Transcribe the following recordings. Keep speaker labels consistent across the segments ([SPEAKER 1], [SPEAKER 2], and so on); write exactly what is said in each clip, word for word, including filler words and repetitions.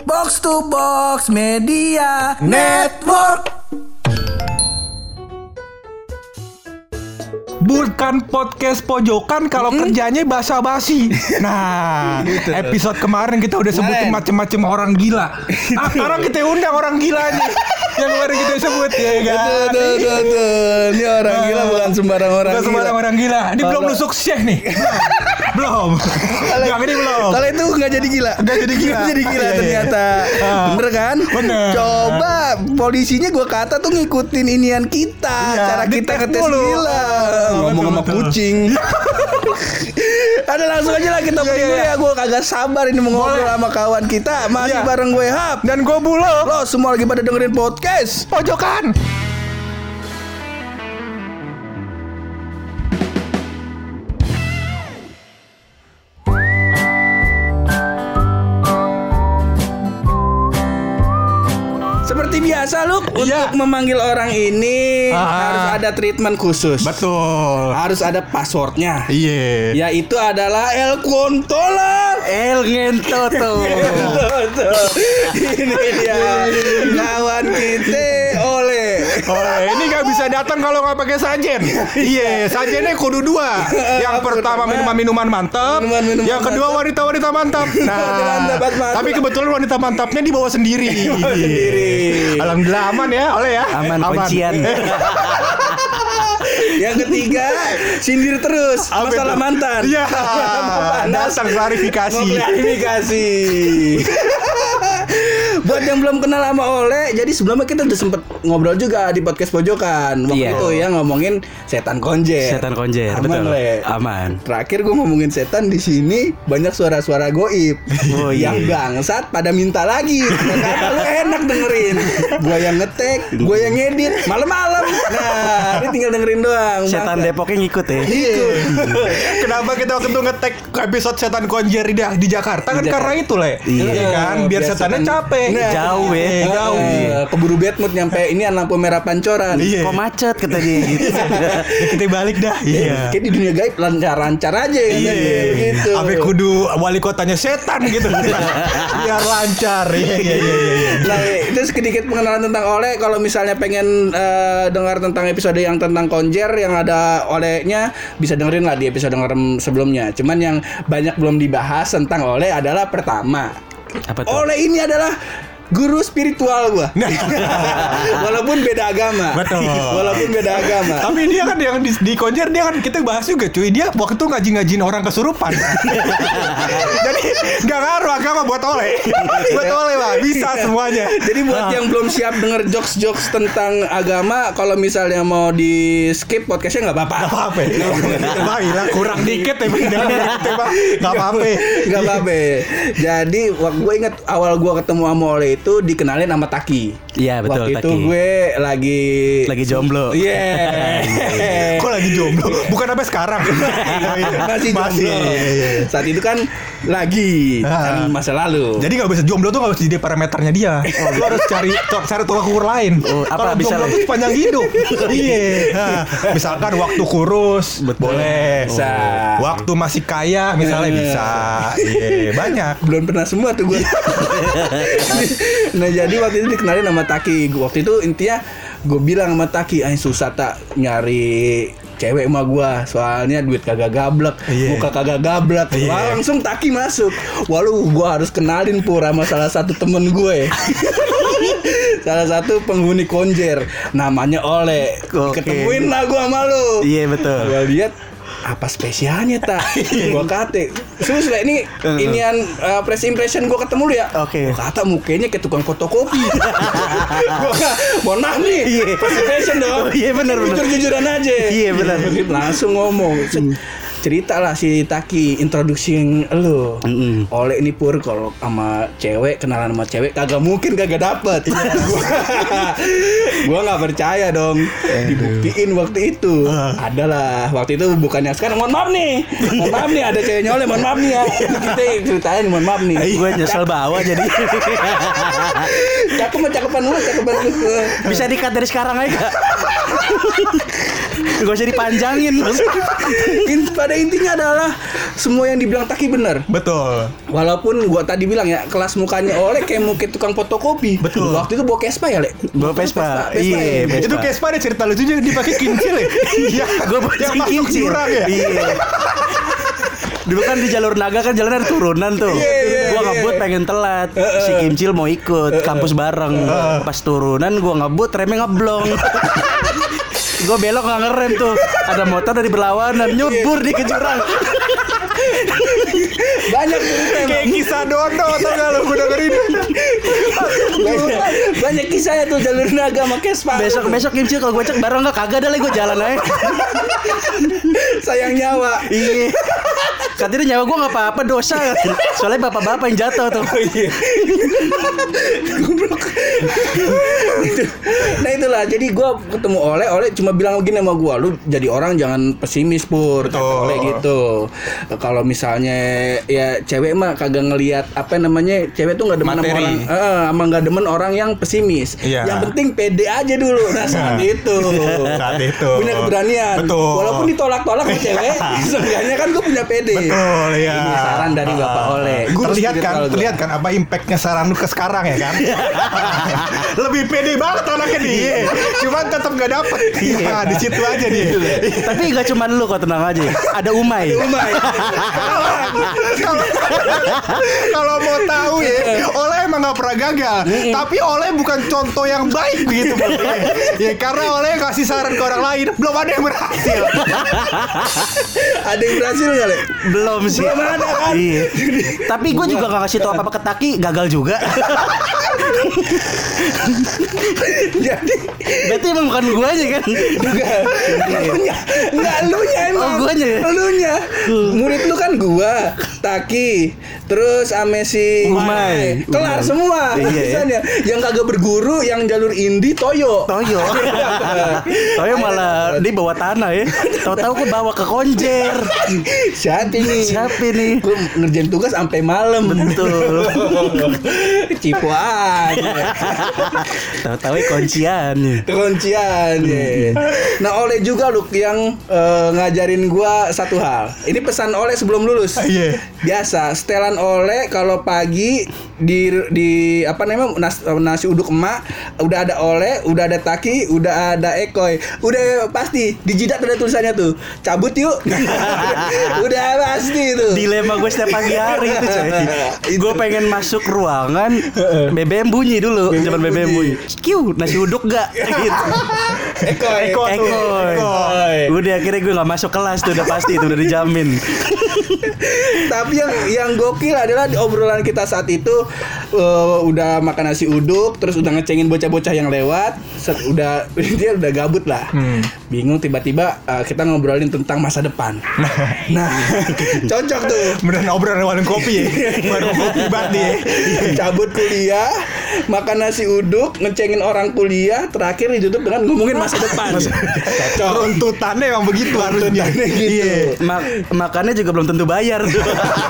[SPEAKER 1] Box to Box Media Network.
[SPEAKER 2] Bukan podcast pojokan kalau hmm? kerjanya basa-basi. Nah, episode kemarin kita udah sebutin macem-macem orang gila. Ah, sekarang kita undang orang gilanya. Yang kemarin kita sebut ya kan.
[SPEAKER 1] Betul, betul, betul. Ini orang gila bukan sembarang orang
[SPEAKER 2] bukan
[SPEAKER 1] gila.
[SPEAKER 2] sembarang orang gila. Ini belum nusuk syekh nih. Belum. Yang ini belum.
[SPEAKER 1] Kalau itu nggak jadi gila.
[SPEAKER 2] Nggak jadi gila.
[SPEAKER 1] Nggak jadi gila ternyata. Bener kan?
[SPEAKER 2] Bener.
[SPEAKER 1] Coba polisinya gue kata tuh ngikutin inian kita.
[SPEAKER 2] Ya,
[SPEAKER 1] cara kita ngetes
[SPEAKER 2] mulu.
[SPEAKER 1] gila. Ngomong sama kucing. Ada langsung aja lah kita
[SPEAKER 2] ya,
[SPEAKER 1] berdua ya. Gue kagak sabar ini mau ngobrol sama kawan kita. Masih
[SPEAKER 2] ya.
[SPEAKER 1] bareng gue Hap
[SPEAKER 2] dan gue Bulo.
[SPEAKER 1] Lo semua lagi pada dengerin podcast
[SPEAKER 2] Pojokan.
[SPEAKER 1] Seperti biasa Luk,
[SPEAKER 2] iya.
[SPEAKER 1] untuk memanggil orang ini
[SPEAKER 2] ah.
[SPEAKER 1] harus ada treatment khusus.
[SPEAKER 2] Betul.
[SPEAKER 1] Harus ada passwordnya.
[SPEAKER 2] Iya.
[SPEAKER 1] Yaitu adalah El Controller. El Gentoto. Ini dia kawan kita Oleh.
[SPEAKER 2] Oh, ini gak bisa datang kalau nggak pakai sajen. Iya, sajennya kudu dua. Yang pertama minuman-minuman mantap,
[SPEAKER 1] Minuman-minuman
[SPEAKER 2] yang kedua
[SPEAKER 1] mantap.
[SPEAKER 2] wanita-wanita mantap. Nah,
[SPEAKER 1] Mantap, mantap.
[SPEAKER 2] tapi kebetulan wanita mantapnya dibawa sendiri.
[SPEAKER 1] Dibawa sendiri.
[SPEAKER 2] Alhamdulillah aman ya, oleh ya.
[SPEAKER 3] Aman, kuncian.
[SPEAKER 1] Yang ketiga, sindir terus masalah mantan.
[SPEAKER 2] Iya. Datang klarifikasi.
[SPEAKER 1] Mau klarifikasi. Buat yang belum kenal sama Oleh, jadi sebelumnya kita udah sempet ngobrol juga di podcast Pojokan. Waktu
[SPEAKER 3] iya.
[SPEAKER 1] itu ya ngomongin setan konjer.
[SPEAKER 3] Setan konjer,
[SPEAKER 1] Aman,
[SPEAKER 3] betul.
[SPEAKER 1] Le.
[SPEAKER 3] Aman.
[SPEAKER 1] Terakhir gue ngomongin setan di sini banyak suara-suara goib.
[SPEAKER 3] Oh, iya.
[SPEAKER 1] Yang bangsat pada minta lagi. Kata lu enak dengerin. Gue yang ngetek, gue yang ngedit malam-malam. Nah, ini tinggal dengerin doang.
[SPEAKER 3] Setan
[SPEAKER 1] Maka.
[SPEAKER 3] Depoknya ngikut ya.
[SPEAKER 1] Ikut.
[SPEAKER 2] Kenapa kita waktu itu ngetek episode setan konjer di, di Jakarta kan
[SPEAKER 1] Di
[SPEAKER 2] karena
[SPEAKER 1] Jakarta.
[SPEAKER 2] itu Le.
[SPEAKER 3] Iya.
[SPEAKER 2] Iya kan, biar
[SPEAKER 1] Biar
[SPEAKER 2] setannya
[SPEAKER 1] setan-
[SPEAKER 2] capek.
[SPEAKER 1] Nah,
[SPEAKER 3] Jauh ya.
[SPEAKER 1] Eh,
[SPEAKER 2] Jauh.
[SPEAKER 1] eh, keburu bad mood nyampe ini lampu merah pancoran.
[SPEAKER 2] Iya.
[SPEAKER 3] Kok macet katanya gitu.
[SPEAKER 2] Ya, kita balik dah. Iya.
[SPEAKER 1] Kayak di dunia gaib lancar-lancar aja ya.
[SPEAKER 2] Iya,
[SPEAKER 1] Gitu.
[SPEAKER 2] Sampai kudu wali kotanya setan gitu. Biar lancar. Iya, iya, iya, iya.
[SPEAKER 1] Nah, itu sedikit pengenalan tentang Oleh. Kalau misalnya pengen uh, dengar tentang episode yang tentang konjer yang ada Olehnya, bisa dengerin lah di episode ngerem sebelumnya. Cuman yang banyak belum dibahas tentang Oleh adalah pertama,
[SPEAKER 3] Apa tuh?
[SPEAKER 1] Oleh ini adalah guru spiritual gua. Walaupun beda agama.
[SPEAKER 2] Betul.
[SPEAKER 1] Walaupun beda agama.
[SPEAKER 2] Tapi dia kan yang di, di konjer dia kan kita bahas juga cuy. Dia waktu itu ngaji-ngajiin orang kesurupan. Jadi gak ngaruh agama buat Oleh. Buat Oleh lah bisa semuanya.
[SPEAKER 1] Jadi buat yang belum siap denger jokes-jokes tentang agama, kalau misalnya mau di skip podcastnya nggak apa-apa.
[SPEAKER 2] Gak apa-apa. Bang, hilang kurang dikit ya dengan tembak. Gak apa-apa.
[SPEAKER 1] Gak apa-apa. Jadi waktu gue inget awal gue ketemu sama Oleh itu dikenalin sama Taki.
[SPEAKER 3] Iya, betul,
[SPEAKER 1] Waktu itu
[SPEAKER 3] Taki.
[SPEAKER 1] gue lagi
[SPEAKER 3] Lagi jomblo.
[SPEAKER 1] Iya. Yeah.
[SPEAKER 2] Kok lagi jomblo? Bukan sampai sekarang.
[SPEAKER 1] Masih jomblo. Saat itu kan lagi kan masa lalu.
[SPEAKER 2] Jadi gak bisa jomblo tuh gak bisa jadi parameternya dia. Lu harus cari cari tolak ukur lain.
[SPEAKER 3] Oh, apa
[SPEAKER 2] Kalau
[SPEAKER 3] bisa
[SPEAKER 2] jomblo
[SPEAKER 3] lah?
[SPEAKER 2] tuh sepanjang hidup. Iya. Nah, misalkan waktu kurus boleh.
[SPEAKER 1] Bisa.
[SPEAKER 2] Waktu masih kaya misalnya bisa. Iya, banyak.
[SPEAKER 1] Belum pernah semua tuh gue. Nah jadi waktu itu dikenalin sama Taki. Waktu itu intinya gue bilang sama Taki, ah susah tak nyari cewek sama gue, soalnya duit kagak gablek,
[SPEAKER 2] Iya.
[SPEAKER 1] muka kagak gablek.
[SPEAKER 2] Iya.
[SPEAKER 1] Wah, langsung Taki masuk. Walau gue harus kenalin pur sama salah satu temen gue. Salah satu penghuni konjer, namanya Oleh.
[SPEAKER 3] Oke.
[SPEAKER 1] Ketemuin lah gue sama lu.
[SPEAKER 3] Iya, betul.
[SPEAKER 1] Gue lihat apa spesialnya tak? Gue kata, serius lah ini inian uh, press impression gue ketemu lu ya.
[SPEAKER 3] Oke.
[SPEAKER 1] Gua kata mukanya kayak tukang fotokopi. Gue mohon maaf nih, press impression dong.
[SPEAKER 3] Oh, iya, benar, benar.
[SPEAKER 1] Jujur-jujuran aja.
[SPEAKER 3] Iya, benar.
[SPEAKER 1] Langsung ngomong. Cerita lah si Taki, introducing lu.
[SPEAKER 3] Mm-mm.
[SPEAKER 1] Oleh ini pur kalau sama cewek, kenalan sama cewek kagak mungkin kagak dapet. Gua nggak percaya dong. Dibuktiin waktu itu. Adalah waktu itu bukan yang sekarang. Mohon maaf nih. Mohon maaf nih ada ceweknya Oleh. Mohon maaf nih ya. Ini kita ceritain mohon maaf nih.
[SPEAKER 3] Gue nyesel bawa jadi.
[SPEAKER 1] Cakep mah cakepan lu, cakepan lu.
[SPEAKER 3] Bisa di-cut dari sekarang aja. Gak usah dipanjangin.
[SPEAKER 1] Pada intinya adalah semua yang dibilang Taki bener.
[SPEAKER 2] Betul.
[SPEAKER 1] Walaupun gua tadi bilang ya kelas mukanya Oleh kayak muka tukang fotokopi.
[SPEAKER 2] Betul.
[SPEAKER 1] Waktu itu bawa Vespa ya, Le?
[SPEAKER 3] Bawa Vespa.
[SPEAKER 1] Vespa,
[SPEAKER 3] Iya,
[SPEAKER 1] ya?
[SPEAKER 3] Vespa.
[SPEAKER 2] Itu Vespa ada cerita lucunya dipakai kincil ya. Iya.
[SPEAKER 3] Gue
[SPEAKER 2] yang masuk
[SPEAKER 3] kincir.
[SPEAKER 2] jurang ya.
[SPEAKER 3] Iya. Dulu kan di jalur naga kan jalan ada turunan tuh.
[SPEAKER 1] Iya, iya,
[SPEAKER 3] Gua
[SPEAKER 1] iya.
[SPEAKER 3] ngebut pengen telat. Si Kimcil mau ikut kampus bareng. Pas turunan gua ngebut remnya ngeblong. Gue belok gak ngerem tuh. Ada motor dari berlawanan nyebur di ke jurang.
[SPEAKER 1] Banyak cerita
[SPEAKER 2] Kayak
[SPEAKER 1] emang.
[SPEAKER 2] kisah Dono atau enggak lu gue dengerin.
[SPEAKER 1] banyak, banyak kisahnya tuh jalur naga sama Vespa.
[SPEAKER 3] Besok-besok Kimcil kalau gue cek bareng gak kagak ada lagi gue jalan aja.
[SPEAKER 1] Sayang nyawa.
[SPEAKER 3] Iya. Katanya nyawa gue gak apa-apa dosa. Soalnya bapak-bapak yang jatuh tuh.
[SPEAKER 1] Nah itulah, jadi gue ketemu Oleh, Oleh cuma bilang begini sama gue, lu jadi orang jangan pesimis Pur, kata
[SPEAKER 2] Betul.
[SPEAKER 1] Oleh gitu. Kalau misalnya ya cewek mah kagak ngelihat apa namanya, cewek tuh nggak demen sama
[SPEAKER 2] Materi.
[SPEAKER 1] orang, eh, sama nggak demen orang yang pesimis.
[SPEAKER 2] Iya.
[SPEAKER 1] Yang penting pede aja dulu. Nah saat itu,
[SPEAKER 2] Saat itu.
[SPEAKER 1] punya keberanian.
[SPEAKER 2] Betul.
[SPEAKER 1] Walaupun ditolak-tolak sama cewek, seenggaknya kan gue punya pede.
[SPEAKER 2] Betul ya.
[SPEAKER 1] Ini saran dari Bapak Oleh. Guru
[SPEAKER 2] Terlihat kan,
[SPEAKER 1] spiritual gua.
[SPEAKER 2] terlihat kan apa impactnya saran lu ke sekarang ya kan? Lebih pede banget anaknya dia. Cuman tetap gak dapet. Iya, di situ aja dia.
[SPEAKER 3] Tapi gak cuma lu kok, tenang aja. Ada Umay.
[SPEAKER 1] Umay.
[SPEAKER 2] Kalau kalau mau tahu ya, Oleh emang gak pernah gagal. Tapi Oleh bukan contoh yang baik begitu Bang. Ya karena Oleh kasih saran ke orang lain, belum ada yang berhasil.
[SPEAKER 1] Ada yang berhasil nggak, Le?
[SPEAKER 3] Belum sih.
[SPEAKER 1] Belum ada kan?
[SPEAKER 3] Iya. Tapi gue juga gak kasih tau apa-apa ke Taki, gagal juga.
[SPEAKER 1] Jadi
[SPEAKER 3] Berarti emang bukan gue aja kan?
[SPEAKER 1] enggak, enggak, enggak elunya emang.
[SPEAKER 3] Oh, guanya ya?
[SPEAKER 1] Elunya. Murid lu kan gua, Taki, terus ame si
[SPEAKER 3] Umay.
[SPEAKER 1] Kelar
[SPEAKER 3] Umay.
[SPEAKER 1] semua.
[SPEAKER 3] Iya, ya.
[SPEAKER 1] Misalnya, yang kagak berguru, yang jalur indie Toyo.
[SPEAKER 3] Toyo. Toyo malah dia bawa tanah ya. Tahu-tahu gue bawa ke konjer.
[SPEAKER 1] Siapa ini?
[SPEAKER 3] Siapa ini?
[SPEAKER 1] Gua ngerjain tugas sampai malam.
[SPEAKER 3] Betul.
[SPEAKER 1] Cipu aja.
[SPEAKER 3] Tahu-tahu kuncian.
[SPEAKER 1] Kuncian ya. Nah Oleh juga Luk yang eh, ngajarin gua satu hal. Ini pesan Oleh sebelum lulus.
[SPEAKER 2] Iya.
[SPEAKER 1] Biasa setelan Oleh kalau pagi di di apa namanya nas, nasi uduk emak udah ada Oleh, udah ada Taki, udah ada Ekoy. Udah pasti di jidat ada tulisannya tuh. Cabut yuk. Udah pasti itu.
[SPEAKER 3] Dilema gue setiap pagi hari itu coy. Gue pengen masuk ruangan, B B M bunyi dulu.
[SPEAKER 1] B B M
[SPEAKER 3] Zaman B B M
[SPEAKER 1] bunyi.
[SPEAKER 3] bunyi. Kiu, nasi uduk gak? Gitu.
[SPEAKER 1] Ekoy.
[SPEAKER 2] Eko tuh.
[SPEAKER 3] Ekoy.
[SPEAKER 1] Ekoy.
[SPEAKER 3] Udah akhirnya gue gak masuk kelas tuh, udah pasti itu udah dijamin.
[SPEAKER 1] Tapi yang yang gokil adalah di obrolan kita saat itu uh, udah makan nasi uduk, terus udah ngecengin bocah-bocah yang lewat, set, udah dia udah gabut lah,
[SPEAKER 2] Hmm.
[SPEAKER 1] bingung tiba-tiba uh, kita ngobrolin tentang masa depan. Nah, cocok tuh.
[SPEAKER 2] Beneran obrolan warung kopi ya. Warung kopi banget dia.
[SPEAKER 1] Cabut kuliah, makan nasi uduk, ngecengin orang kuliah, terakhir ditutup dengan ngomongin masa depan. Cocok.
[SPEAKER 2] Runtutannya emang begitu harusnya.
[SPEAKER 1] Runtutannya gitu.
[SPEAKER 2] Iya.
[SPEAKER 3] Ma- makannya juga belum tentu bayar tuh.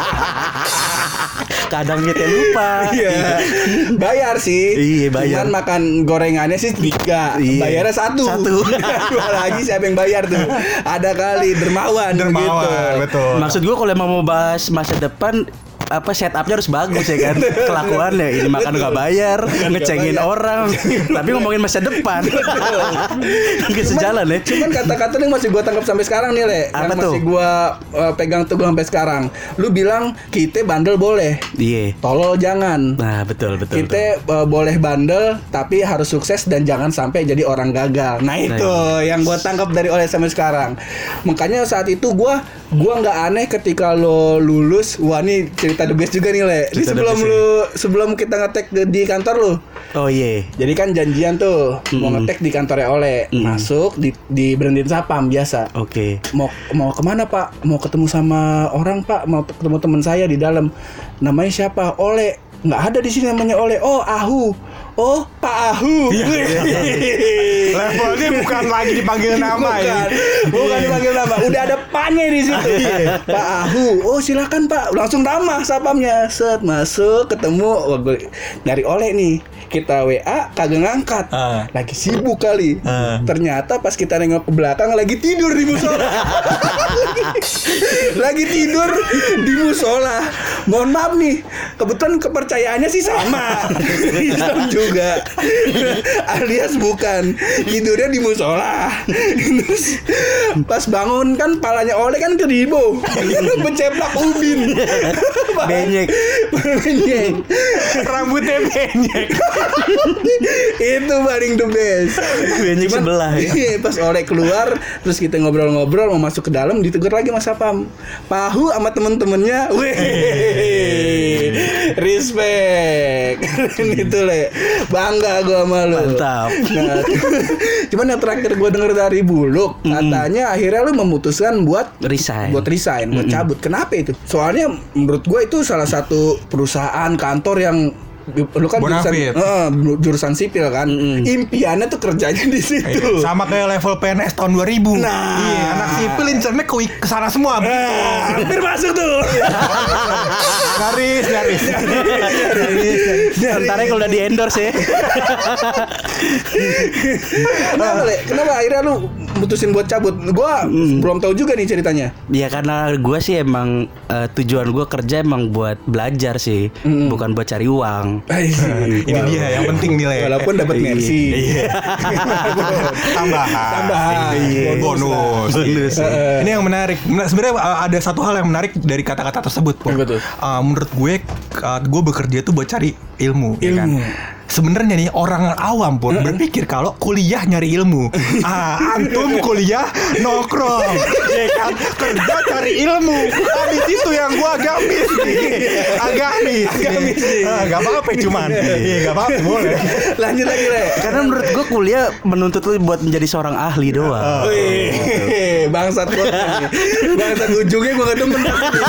[SPEAKER 3] Kadang kita lupa.
[SPEAKER 1] Iya. Bayar sih.
[SPEAKER 3] Iya, bayar.
[SPEAKER 1] Cuman makan gorengannya sih tiga.
[SPEAKER 3] Iya.
[SPEAKER 1] Bayarnya satu.
[SPEAKER 3] Satu.
[SPEAKER 1] Dua lagi siapa yang bayar tuh? Ada kali dermawan,
[SPEAKER 2] Dermawan,
[SPEAKER 1] begitu.
[SPEAKER 2] betul.
[SPEAKER 3] Maksud gue kalau emang mau bahas masa depan, apa setupnya harus bagus ya kan, kelakuannya ini makan nggak bayar, ngecengin
[SPEAKER 1] bayar.
[SPEAKER 3] orang, tapi ngomongin masa depan, nggak sejalan ya.
[SPEAKER 1] Cuman kata-kata yang masih gua tangkap sampai sekarang nih, Le.
[SPEAKER 3] Apa
[SPEAKER 1] Yang
[SPEAKER 3] tuh?
[SPEAKER 1] masih gua uh, pegang teguh sampai sekarang. Lu bilang kita bandel boleh,
[SPEAKER 3] Iya.
[SPEAKER 1] tolol jangan.
[SPEAKER 3] Nah betul betul. betul.
[SPEAKER 1] Kita uh, boleh bandel tapi harus sukses dan jangan sampai jadi orang gagal. Nah itu yang gue tangkap dari Oleh sampai sekarang. Makanya saat itu gue gua nggak aneh ketika lo lulus. Wah ini cerita the best juga nih, Le. Ini
[SPEAKER 3] Cerita the
[SPEAKER 1] sebelum
[SPEAKER 3] best,
[SPEAKER 1] lu sebelum kita ngetek di- di kantor lu.
[SPEAKER 3] Oh iya.
[SPEAKER 1] Jadi kan janjian tuh mau
[SPEAKER 3] Mm-mm.
[SPEAKER 1] ngetek di kantornya Oleh.
[SPEAKER 3] Mm-mm.
[SPEAKER 1] Masuk di di berhentiin sapam biasa.
[SPEAKER 3] Oke.
[SPEAKER 1] Mau mau kemana Pak? Mau ketemu sama orang Pak? Mau ketemu teman saya di dalam. Namanya siapa? Oleh. Nggak ada di sini namanya Oleh. Oh Ahu. Oh, Pak Ahu.
[SPEAKER 2] Levelnya bukan lagi dipanggil nama
[SPEAKER 1] bukan,
[SPEAKER 2] ya.
[SPEAKER 1] bukan dipanggil nama. Udah ada Pak-nya di situ. Pak Ahu. Oh, silakan Pak. Langsung ramah sapamnya. Set masuk ketemu. Wah, gue nyari oleh nih. Kita W A kagak ngangkat.
[SPEAKER 2] Uh.
[SPEAKER 1] Lagi sibuk kali.
[SPEAKER 2] Uh.
[SPEAKER 1] Ternyata pas kita nengok ke belakang lagi tidur di musola. Lagi tidur di musola. Mohon maaf nih, kebetulan kepercayaannya sih sama. Islam juga. Alias bukan. Tidurnya di musola. Terus pas bangun kan palanya oleh kan keribo. Menceplak ubin.
[SPEAKER 3] Benyek.
[SPEAKER 1] Benyek.
[SPEAKER 2] Rambutnya benyek.
[SPEAKER 1] Itu paling the best.
[SPEAKER 3] Benyek sebelah ya.
[SPEAKER 1] Iya, pas oleh keluar terus kita ngobrol-ngobrol mau masuk ke dalam ditegur lagi Mas Sapam. Pahu sama temen-temennya. Wih. Respect. Itu le. Bangga gua sama lu.
[SPEAKER 3] Mantap.
[SPEAKER 1] Nah, cuman yang terakhir gua denger dari Buluk, katanya akhirnya lu memutuskan buat
[SPEAKER 3] Resign.
[SPEAKER 1] buat resign, buat cabut. Kenapa itu? Soalnya menurut gua itu salah satu perusahaan kantor yang lu kan jurusan,
[SPEAKER 2] Bonafit.
[SPEAKER 1] uh, jurusan sipil kan, mm-hmm. impiannya tuh kerjanya di situ.
[SPEAKER 2] Sama kayak level P N S tahun dua ribu.
[SPEAKER 1] Nah,
[SPEAKER 2] iya, anak sipil incernya ke ke sana semua.
[SPEAKER 1] Nah, hampir masuk tuh.
[SPEAKER 2] Garis, garis.
[SPEAKER 3] Ntar kalau udah di endorse ya.
[SPEAKER 1] Kenapa, Le? Kenapa akhirnya lu mutusin buat cabut? Gua mm. belum tahu juga nih ceritanya.
[SPEAKER 3] Ya karena gue sih emang uh, tujuan gue kerja emang buat belajar sih, mm. bukan buat cari uang.
[SPEAKER 2] Ini wow. Dia yang penting nilai.
[SPEAKER 1] Walaupun dapat mercy.
[SPEAKER 2] Iya. Tambahan.
[SPEAKER 1] Tambahan.
[SPEAKER 2] Iya. Bonus.
[SPEAKER 3] Bonus.
[SPEAKER 2] Uh, Ini yang menarik. Sebenarnya uh, ada satu hal yang menarik dari kata-kata tersebut.
[SPEAKER 1] Betul.
[SPEAKER 2] Uh, menurut gue, uh, gue bekerja tuh buat cari ilmu.
[SPEAKER 1] Ilmu.
[SPEAKER 2] Ya kan? Sebenarnya nih orang awam pun uh-uh. berpikir kalau kuliah nyari ilmu. Ah, antum kuliah nongkrong, ya kan? Kerja cari ilmu. Ah, di situ yang gua agak miss nih. Agak miss. Agak miss. Ah, enggak apa-apa cuman. Iya, enggak apa-apa boleh.
[SPEAKER 1] Lanjut lagi, Le.
[SPEAKER 3] Karena menurut gua kuliah menuntut lu buat menjadi seorang ahli doang.
[SPEAKER 1] Oh, wih, bangsat gua. Bangsat ujungnya gua enggak demen.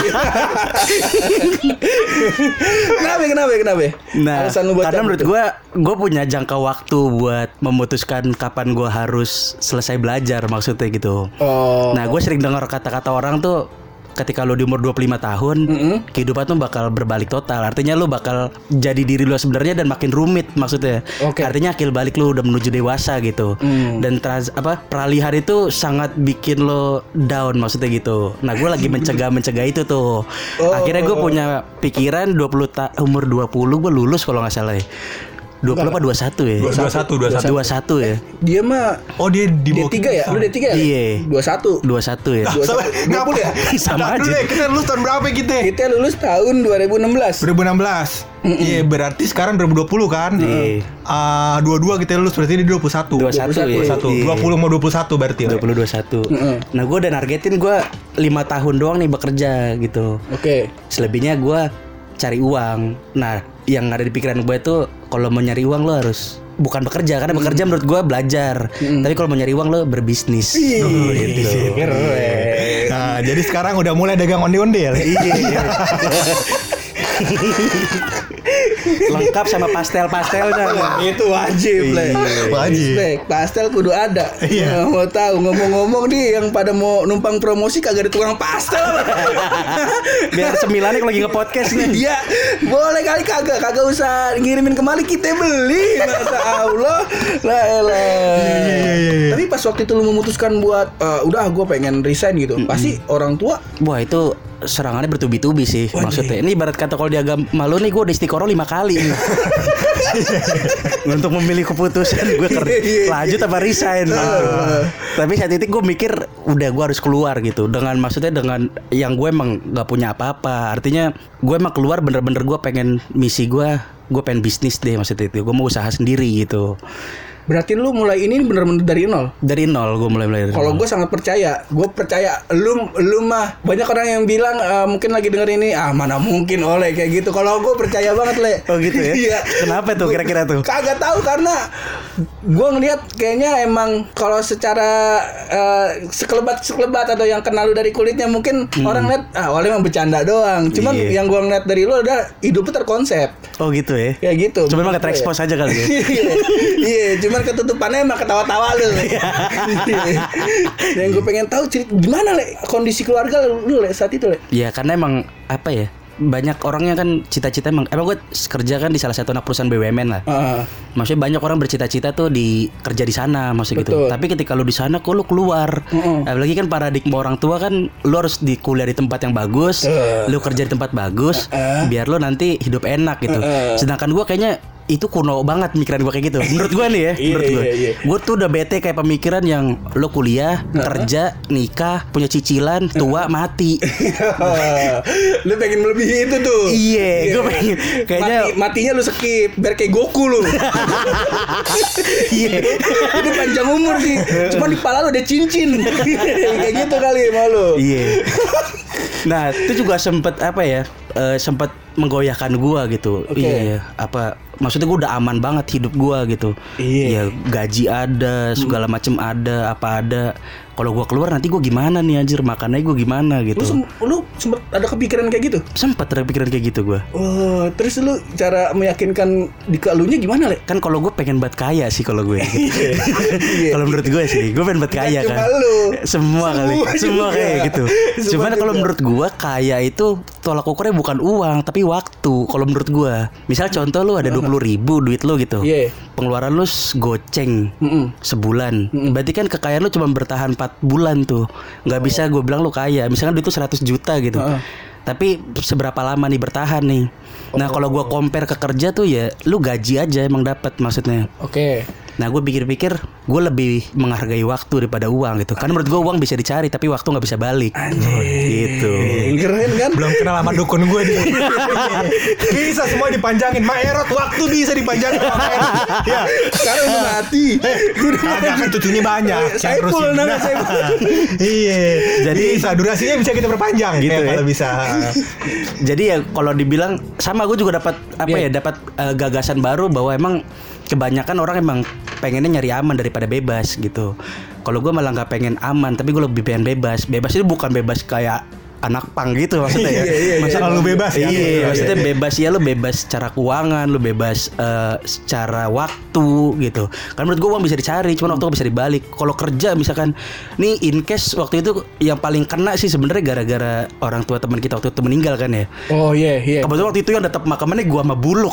[SPEAKER 1] Kenapa? Kenapa? Kenapa?
[SPEAKER 3] Nah, karena menurut
[SPEAKER 1] cabut.
[SPEAKER 3] gua gue punya jangka waktu buat memutuskan kapan gue harus selesai belajar maksudnya gitu.
[SPEAKER 1] Oh.
[SPEAKER 3] Nah gue sering dengar kata-kata orang tuh ketika lo di umur dua puluh lima tahun mm-hmm. kehidupan tuh bakal berbalik total. Artinya lo bakal jadi diri lo sebenarnya dan makin rumit maksudnya.
[SPEAKER 1] Okay.
[SPEAKER 3] Artinya akil balik lo udah menuju dewasa gitu. Mm. Dan trans, apa peralihan itu sangat bikin lo down maksudnya gitu. Nah gue lagi mencegah-mencegah itu tuh. Oh. Akhirnya gue punya pikiran dua puluh ta- umur dua puluh gue lulus kalau nggak salah ya. dua puluh apa dua puluh satu ya?
[SPEAKER 2] dua puluh satu, dua puluh satu.
[SPEAKER 3] dua puluh satu ya.
[SPEAKER 1] Dia mah
[SPEAKER 2] oh dia di
[SPEAKER 1] D tiga ya? Lu D tiga ya?
[SPEAKER 3] Iya.
[SPEAKER 1] dua puluh satu.
[SPEAKER 3] dua puluh satu ya.
[SPEAKER 1] dua puluh satu. dua puluh ya?
[SPEAKER 3] Sama aja.
[SPEAKER 2] Dulu ya, kita lulus tahun berapa kita?
[SPEAKER 1] Kita lulus tahun dua ribu enam belas.
[SPEAKER 2] dua ribu enam belas. Iya, berarti sekarang dua ribu dua puluh kan?
[SPEAKER 3] Iya.
[SPEAKER 2] Uh, dua puluh dua kita lulus berarti di dua puluh satu.
[SPEAKER 3] dua puluh satu ya.
[SPEAKER 2] dua puluh satu. dua puluh mau dua puluh satu berarti.
[SPEAKER 3] dua puluh dua puluh satu. Nah, gue udah nargetin gue lima tahun doang nih bekerja gitu.
[SPEAKER 1] Oke. Okay.
[SPEAKER 3] Selebihnya gue cari uang. Nah, yang ada di pikiran gue tuh kalau mau nyari uang lo harus bukan bekerja karena bekerja mm. menurut gue belajar. Mm. Tapi kalau mau nyari uang lo berbisnis.
[SPEAKER 1] Oh, gitu.
[SPEAKER 2] Keren. Nah, jadi sekarang udah mulai dagang onde-onde ya.
[SPEAKER 3] Iya. Lengkap sama pastel-pastelnya.
[SPEAKER 1] Nah, itu wajib, Le.
[SPEAKER 2] Wajib.
[SPEAKER 1] Respect. Pastel kudu ada.
[SPEAKER 2] Iya.
[SPEAKER 1] Nah, mau tahu ngomong-ngomong nih yang pada mau numpang promosi kagak ada tukang pastel.
[SPEAKER 3] Biar sembilannya kalau lagi nge-podcast nih.
[SPEAKER 1] Iya, boleh kali kagak, kagak usah ngirimin kemari kita beli. Masa Allah. Lah elah. Tapi pas waktu itu lu memutuskan buat uh, udah gue pengen resign gitu. Mm-mm. Pasti orang tua
[SPEAKER 3] wah itu serangannya bertubi-tubi sih. Wah, maksudnya ini ibarat kata kalau di agama lu nih gue udah istiqoroh lima kali nih. Untuk memilih keputusan gue kerja lanjut apa resign gitu. Tapi saat itu gue mikir udah gue harus keluar gitu. Dengan maksudnya dengan yang gue emang gak punya apa-apa. Artinya gue emang keluar bener-bener gue pengen misi gue gue pengen bisnis deh maksudnya itu. Gue mau usaha sendiri gitu.
[SPEAKER 1] Berarti lu mulai ini bener-bener dari nol.
[SPEAKER 3] Dari nol gue mulai mulai.
[SPEAKER 1] Kalau gue sangat percaya, gue percaya lu lu mah banyak orang yang bilang uh, mungkin lagi denger ini ah mana mungkin oleh kayak gitu. Kalau gue percaya banget le.
[SPEAKER 3] Oh gitu ya.
[SPEAKER 1] Iya.
[SPEAKER 3] Kenapa tuh kira-kira tuh?
[SPEAKER 1] Kagak tahu karena gue ngeliat kayaknya emang kalau secara uh, sekelebat sekelebat atau yang kenal lu dari kulitnya mungkin hmm. orang lihat ah oleh emang bercanda doang. Cuman
[SPEAKER 3] iya.
[SPEAKER 1] yang gue ngeliat dari lu udah hidup lu terkonsep.
[SPEAKER 3] Oh gitu ya.
[SPEAKER 1] Kayak gitu.
[SPEAKER 3] Cuma emang terekspos aja kali ya.
[SPEAKER 1] Iya, cuman ketutupannya emang ketawa-tawa lu. Yang gue pengen tahu cerita gimana le kondisi keluarga lu, lu le saat itu le?
[SPEAKER 3] Ya karena emang apa ya? Banyak orangnya kan cita-cita emang emang gue kerja kan di salah satu anak perusahaan B U M N lah. Uh. Maksudnya banyak orang bercita-cita tuh di kerja di sana maksud gitu. Tapi ketika lu di sana kok lu keluar. Uh-uh. Apalagi kan paradigma orang tua kan lu harus di kuliah di tempat yang bagus, uh. lu kerja di tempat bagus, uh-uh. biar lu nanti hidup enak gitu. Uh-uh. Sedangkan gue kayaknya itu kuno banget pemikiran gue kayak gitu. Menurut gue nih ya, menurut gue. Iya, iya. Gue tuh udah bete kayak pemikiran yang lo kuliah, uh-huh. kerja, nikah, punya cicilan, tua, mati.
[SPEAKER 1] Lu pengen melebihi itu tuh.
[SPEAKER 3] Iya, gue pengen kayaknya
[SPEAKER 1] Mati, matinya lu skip biar kayak Goku lu. Iya. Itu panjang umur sih. Cuma di pala lu ada cincin. Kayak gitu kali malu.
[SPEAKER 3] Iya. Nah, itu juga sempet apa ya? Uh, sempet menggoyahkan gua gitu.
[SPEAKER 1] Okay.
[SPEAKER 3] Iya, apa maksudnya gua udah aman banget hidup gua gitu.
[SPEAKER 1] Iya.
[SPEAKER 3] Ya gaji ada, segala macem ada, apa ada. Kalau gua keluar nanti gua gimana nih anjir, makannya gua gimana gitu.
[SPEAKER 1] Lu, sem- lu sempet ada kepikiran kayak gitu?
[SPEAKER 3] Sempet ada kepikiran kayak gitu gua.
[SPEAKER 1] Oh, terus lu cara meyakinkan di keluarnya gimana, Le?
[SPEAKER 3] Kan kalau gua pengen banget kaya sih kalau gue. Gitu. Kalau menurut gue sih, gue pengen banget kaya kan.
[SPEAKER 1] Lu.
[SPEAKER 3] Semua, semua kali, semua kayak gitu. Cuman kalau menurut gua kaya itu tolak ukurnya bukan uang tapi waktu. Kalau menurut gua, misal contoh lu ada dua puluh ribu duit lu gitu.
[SPEAKER 1] Yeah.
[SPEAKER 3] Pengeluaran lu goceng Mm-mm. sebulan. Mm-mm. Berarti kan kekayaan lu cuma bertahan empat bulan tuh. Nggak bisa gue bilang lu kaya. Misalkan duit itu seratus juta gitu. Uh-uh. Tapi seberapa lama nih bertahan nih? Nah, kalau gua compare ke kerja tuh ya lu gaji aja emang dapat maksudnya.
[SPEAKER 1] Oke. Okay.
[SPEAKER 3] Nah, gue pikir-pikir gue lebih menghargai waktu daripada uang gitu. Karena menurut gue uang bisa dicari tapi waktu nggak bisa balik.
[SPEAKER 1] Anjir.
[SPEAKER 3] Gitu.
[SPEAKER 1] Keren kan?
[SPEAKER 2] Belum kenal sama dukun gue nih. Bisa semua dipanjangin. Maerot waktu bisa dipanjangin. Ya.
[SPEAKER 1] Sekarang udah mati.
[SPEAKER 2] Udah kan cucunya banyak.
[SPEAKER 1] Saya full nama saya.
[SPEAKER 2] Iya. Jadi bisa durasinya bisa kita perpanjang
[SPEAKER 3] gitu ya.
[SPEAKER 2] Kalau bisa.
[SPEAKER 3] Jadi ya kalau dibilang sama gue juga dapat apa yeah. ya dapat uh, gagasan baru bahwa emang kebanyakan orang emang pengennya nyari aman daripada bebas gitu. Kalau gue malah nggak pengen aman, tapi gue lebih pengen bebas. Bebas itu bukan bebas kayak anak pang gitu maksudnya ya.
[SPEAKER 2] Masalah lu bebas ya.
[SPEAKER 3] Iya, maksudnya bebas ya lu bebas secara keuangan, lu bebas uh, secara waktu gitu. Kan menurut gue uang bisa dicari, cuma waktu bisa dibalik. Kalau kerja misalkan nih in case waktu itu yang paling kena sih sebenarnya gara-gara orang tua teman kita waktu itu meninggal kan ya.
[SPEAKER 1] Oh iya yeah, iya. Yeah.
[SPEAKER 3] Kebetulan waktu itu yang datang pemakamannya gua sama Buluk.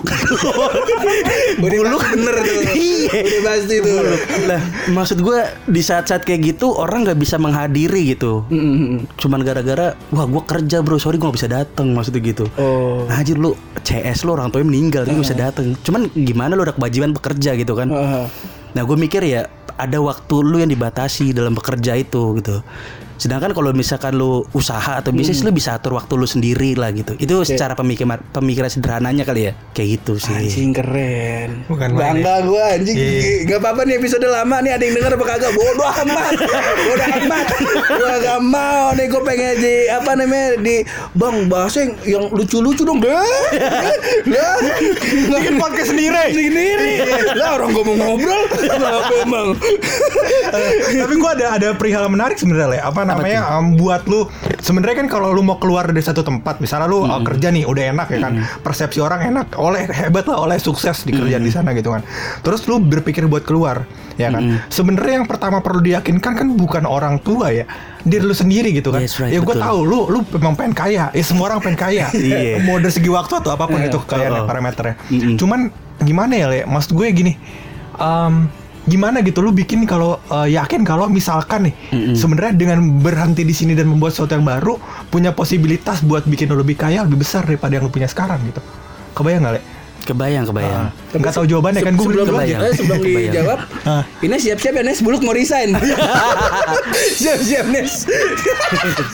[SPEAKER 1] Buluk bener tuh.
[SPEAKER 3] Iya.
[SPEAKER 1] Udah pasti tuh.
[SPEAKER 3] Lah, maksud gua di saat-saat kayak gitu orang nggak bisa menghadiri gitu. Mm-hmm. Cuman gara-gara wah gue kerja bro, sorry gue gak bisa datang maksudnya gitu.
[SPEAKER 1] Oh.
[SPEAKER 3] Nah, anjir lu C S lu orang tuanya meninggal tapi uh. bisa datang. Cuman gimana lu ada kewajiban bekerja gitu kan. Uh. Nah gue mikir ya ada waktu lu yang dibatasi dalam bekerja itu gitu. Sedangkan kalau misalkan lu usaha atau bisnis hmm. lu bisa atur waktu lu sendiri lah gitu. Itu okay. secara pemikiran pemikiran sederhananya kali ya. Kayak gitu sih.
[SPEAKER 1] Anjing keren.
[SPEAKER 2] Bukan
[SPEAKER 1] bangga gue anjing. Yeah. Gak apa-apa nih episode lama nih ada yang denger apa kagak. Bodoh amat. Bodoh amat. Gue gak mau nih gue pengen di apa namanya di bang bahasa yang, yang lucu-lucu dong deh. Lah.
[SPEAKER 2] Bikin podcast sendiri.
[SPEAKER 1] Sendiri. Lah orang gue mau ngobrol. Apa emang?
[SPEAKER 2] Tapi gue ada ada perihal menarik sebenarnya. Apa namanya um, buat lu sebenarnya kan kalau lu mau keluar dari satu tempat misalnya lu mm-hmm. uh, kerja nih udah enak ya kan mm-hmm. persepsi orang enak oleh hebat lah oleh sukses di kerjaan mm-hmm. di sana gitu kan terus lu berpikir buat keluar ya kan mm-hmm. sebenarnya yang pertama perlu diyakinkan kan bukan orang tua ya diri lu sendiri gitu kan. Yes, right, ya gue tahu lu lu memang pengen kaya ya semua orang pengen kaya yeah. mau dari segi waktu atau apapun yeah. itu kekayaan oh. parameternya mm-hmm. cuman gimana ya Le maksud gue gini um, gimana gitu lu bikin kalau uh, yakin kalau misalkan nih mm-hmm. sebenarnya dengan berhenti di sini dan membuat sesuatu yang baru punya posibilitas buat bikin lu lebih kaya lebih besar daripada yang lu punya sekarang gitu. Kebayang nggak Le?
[SPEAKER 3] Kebayang, kebayang.
[SPEAKER 2] Uh, Enggak tahu jawabannya kan gue
[SPEAKER 1] sebelum,
[SPEAKER 2] belum
[SPEAKER 1] eh, sebelum dijawab. Uh. Ini siap-siap ya Nes, Buluk mau resign. Siap-siap Nes.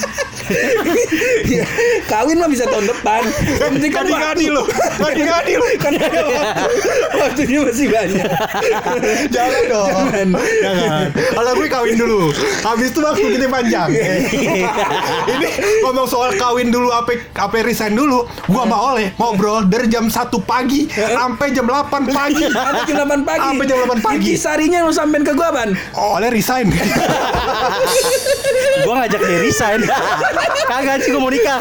[SPEAKER 1] Ya, kawin mah bisa tahun depan. Yang penting kan
[SPEAKER 2] Ngadi-ngadi
[SPEAKER 1] waktu.
[SPEAKER 2] lu. Ngadi-ngadi lu.
[SPEAKER 1] Kan ada waktu. Waktunya masih banyak.
[SPEAKER 2] Jangan dong.
[SPEAKER 1] Jangan.
[SPEAKER 2] Jangan. Kalau gue kawin dulu. Habis itu waktu kita panjang. Ini ngomong soal kawin dulu apa apa resign dulu. Gua sama Oleh ngobrol dari jam satu pagi sampai jam delapan pagi.
[SPEAKER 1] Sampai jam delapan pagi.
[SPEAKER 2] Sampai jam delapan pagi.
[SPEAKER 1] Intisarinya mau sampein ke gua, Ban.
[SPEAKER 2] Oleh resign.
[SPEAKER 3] Gua ngajak dia resign. Kagak sih gua mau nikah.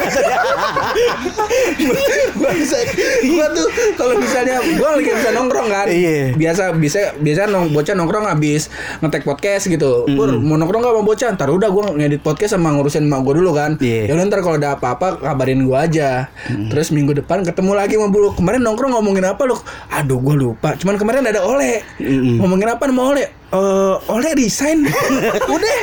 [SPEAKER 1] Gua bisa, gua tuh kalau misalnya gua lagi bisa nongkrong kan.
[SPEAKER 3] Iya.
[SPEAKER 1] Biasa bisa biasa nong bocah nongkrong habis ngetek podcast gitu. Pur, mau nongkrong enggak sama bocah? Ntar udah gua ngedit podcast sama ngurusin emak gua dulu kan.
[SPEAKER 3] Iya.
[SPEAKER 1] Ya udah ntar kalau ada apa-apa kabarin gua aja. Terus minggu depan ketemu lagi sama Bulu. Kemarin nongkrong ngomongin apa lu? Aduh gua lupa. Cuman kemarin ada Oleh. Ngomongin apa sama Oleh? Eh, Oleh resign. Udah.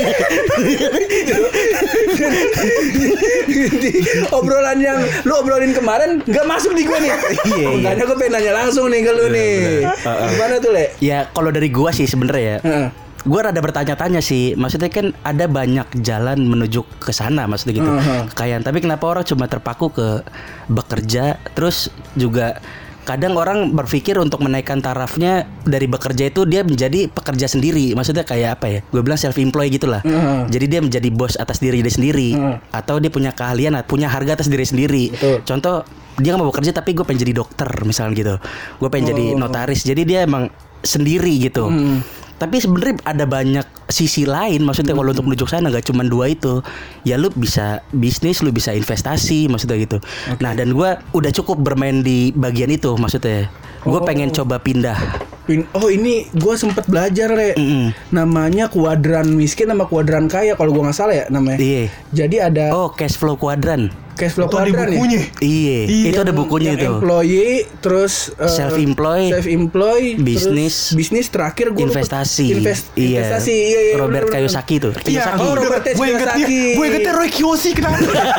[SPEAKER 1] Di obrolan yang lu obrolin kemarin nggak masuk di gue nih.
[SPEAKER 3] Iya,
[SPEAKER 1] Makanya gue pengen nanya langsung nih ke lu nih. Gimana tuh, Le?
[SPEAKER 3] Ya kalau dari gua sih sebenarnya ya.
[SPEAKER 1] Heeh.
[SPEAKER 3] Gue rada bertanya-tanya sih. Maksudnya kan ada banyak jalan menuju ke sana, maksudnya gitu.
[SPEAKER 1] Uh-huh.
[SPEAKER 3] Kekayaan. Tapi kenapa orang cuma terpaku ke bekerja, terus juga kadang orang berpikir untuk menaikkan tarafnya dari bekerja itu dia menjadi pekerja sendiri. Maksudnya kayak apa ya? Gue bilang self employed gitulah.
[SPEAKER 1] Uh-huh.
[SPEAKER 3] Jadi dia menjadi bos atas diri dia sendiri,
[SPEAKER 1] Uh-huh.
[SPEAKER 3] atau dia punya keahlian, punya harga atas diri sendiri.
[SPEAKER 1] Betul.
[SPEAKER 3] Contoh, dia nggak mau bekerja tapi gue pengen jadi dokter misalnya gitu. Gue pengen jadi notaris. Jadi dia emang sendiri gitu.
[SPEAKER 1] Hmm.
[SPEAKER 3] Tapi sebenarnya ada banyak sisi lain, maksudnya kalau untuk menuju sana gak cuma dua itu. Ya lu bisa bisnis, lu bisa investasi, maksudnya gitu. Nah dan gue udah cukup bermain di bagian itu, maksudnya. Gue
[SPEAKER 1] Oh.
[SPEAKER 3] pengen coba pindah.
[SPEAKER 1] Pin- Oh ini gue sempet belajar, Le.
[SPEAKER 3] Mm-mm.
[SPEAKER 1] Namanya kuadran miskin sama kuadran kaya kalau gue nggak salah ya namanya.
[SPEAKER 3] Iya.
[SPEAKER 1] Jadi ada
[SPEAKER 3] Oh, cash flow kuadran.
[SPEAKER 1] cash flow
[SPEAKER 2] Itu di
[SPEAKER 1] kuadran ya.
[SPEAKER 2] bukunya.
[SPEAKER 3] Iya, itu ada bukunya
[SPEAKER 1] Yang
[SPEAKER 3] itu.
[SPEAKER 1] employee, terus uh,
[SPEAKER 3] Self-employed,
[SPEAKER 1] self-employed,
[SPEAKER 3] bisnis,
[SPEAKER 1] terus bisnis terakhir gue
[SPEAKER 3] investasi.
[SPEAKER 1] Invest,
[SPEAKER 3] Iya.
[SPEAKER 1] investasi. Iya, iya,
[SPEAKER 3] Robert
[SPEAKER 1] bener, bener.
[SPEAKER 3] Kiyosaki tuh. Kiyosaki.
[SPEAKER 1] Oh, Robert
[SPEAKER 2] gue ingetnya,
[SPEAKER 1] Kiyosaki.
[SPEAKER 2] gue ingetnya Roy Kiyoshi kenapa?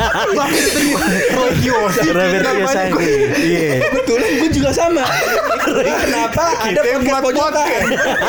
[SPEAKER 2] Roy Kiyoshi.
[SPEAKER 3] Robert
[SPEAKER 2] namanya
[SPEAKER 3] Kiyosaki.
[SPEAKER 2] gue.
[SPEAKER 3] Iya.
[SPEAKER 1] Kebetulan gue juga sama. Kenapa ada
[SPEAKER 2] Kita yang
[SPEAKER 1] podcast
[SPEAKER 2] buat
[SPEAKER 1] pojokan?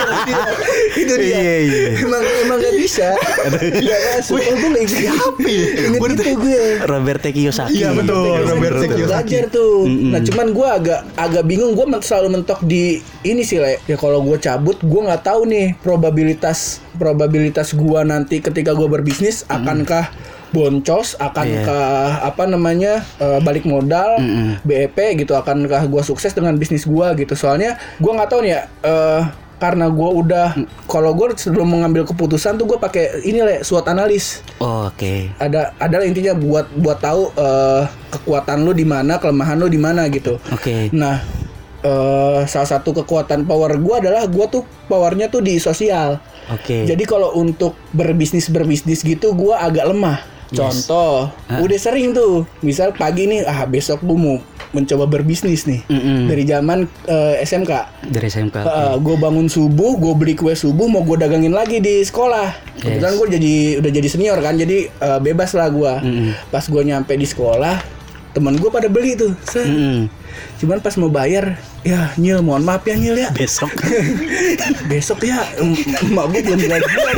[SPEAKER 1] Itu dia.
[SPEAKER 3] Iya, iya.
[SPEAKER 1] Emang emang gak bisa. Gak masuk. Oh, gue lagi
[SPEAKER 2] Siapa ya?
[SPEAKER 1] Ingat
[SPEAKER 2] Gua
[SPEAKER 1] itu gue.
[SPEAKER 3] Robert Kiyosaki.
[SPEAKER 2] Iya, betul. Robert Kiyosaki.
[SPEAKER 1] Belajar tuh. Nah cuman gue agak agak bingung. Gue selalu mentok di ini sih, Le. Ya kalau gue cabut, gue nggak tahu nih probabilitas probabilitas gue nanti ketika gue berbisnis akankah boncos, akankah apa namanya eh, balik modal, B E P gitu, akankah gue sukses dengan bisnis gue gitu. Soalnya gue nggak tahu nih ya. eh, karena gue udah kalau gue sebelum mengambil keputusan tuh gue pakai ini, Le, SWOT analis.
[SPEAKER 3] Oh, Oke.
[SPEAKER 1] Ada adalah intinya buat buat tahu eh, kekuatan lu di mana, kelemahan lu di mana gitu.
[SPEAKER 3] Oke.
[SPEAKER 1] Nah, eh, salah satu kekuatan power gua adalah gua tuh powernya tuh di sosial.
[SPEAKER 3] Oke.
[SPEAKER 1] Jadi kalau untuk berbisnis berbisnis gitu gua agak lemah. Contoh, udah sering tuh, misal pagi nih, ah besok gua mau mencoba berbisnis nih.
[SPEAKER 3] Mm-mm.
[SPEAKER 1] Dari zaman eh, S M K.
[SPEAKER 3] Dari S M K.
[SPEAKER 1] gue bangun subuh, gue beli kue subuh, mau gue dagangin lagi di sekolah. Kebetulan
[SPEAKER 3] Yes.
[SPEAKER 1] gue jadi udah jadi senior kan, jadi eh, bebas lah gue.
[SPEAKER 3] Mm-mm.
[SPEAKER 1] Pas gue nyampe di sekolah, temen gue pada beli tuh. Set.
[SPEAKER 3] Mm-mm.
[SPEAKER 1] Cuman pas mau bayar, ya Nyil, mohon maaf ya Nyil ya.
[SPEAKER 3] Besok.
[SPEAKER 1] Besok ya, em- emak gue belum gajian.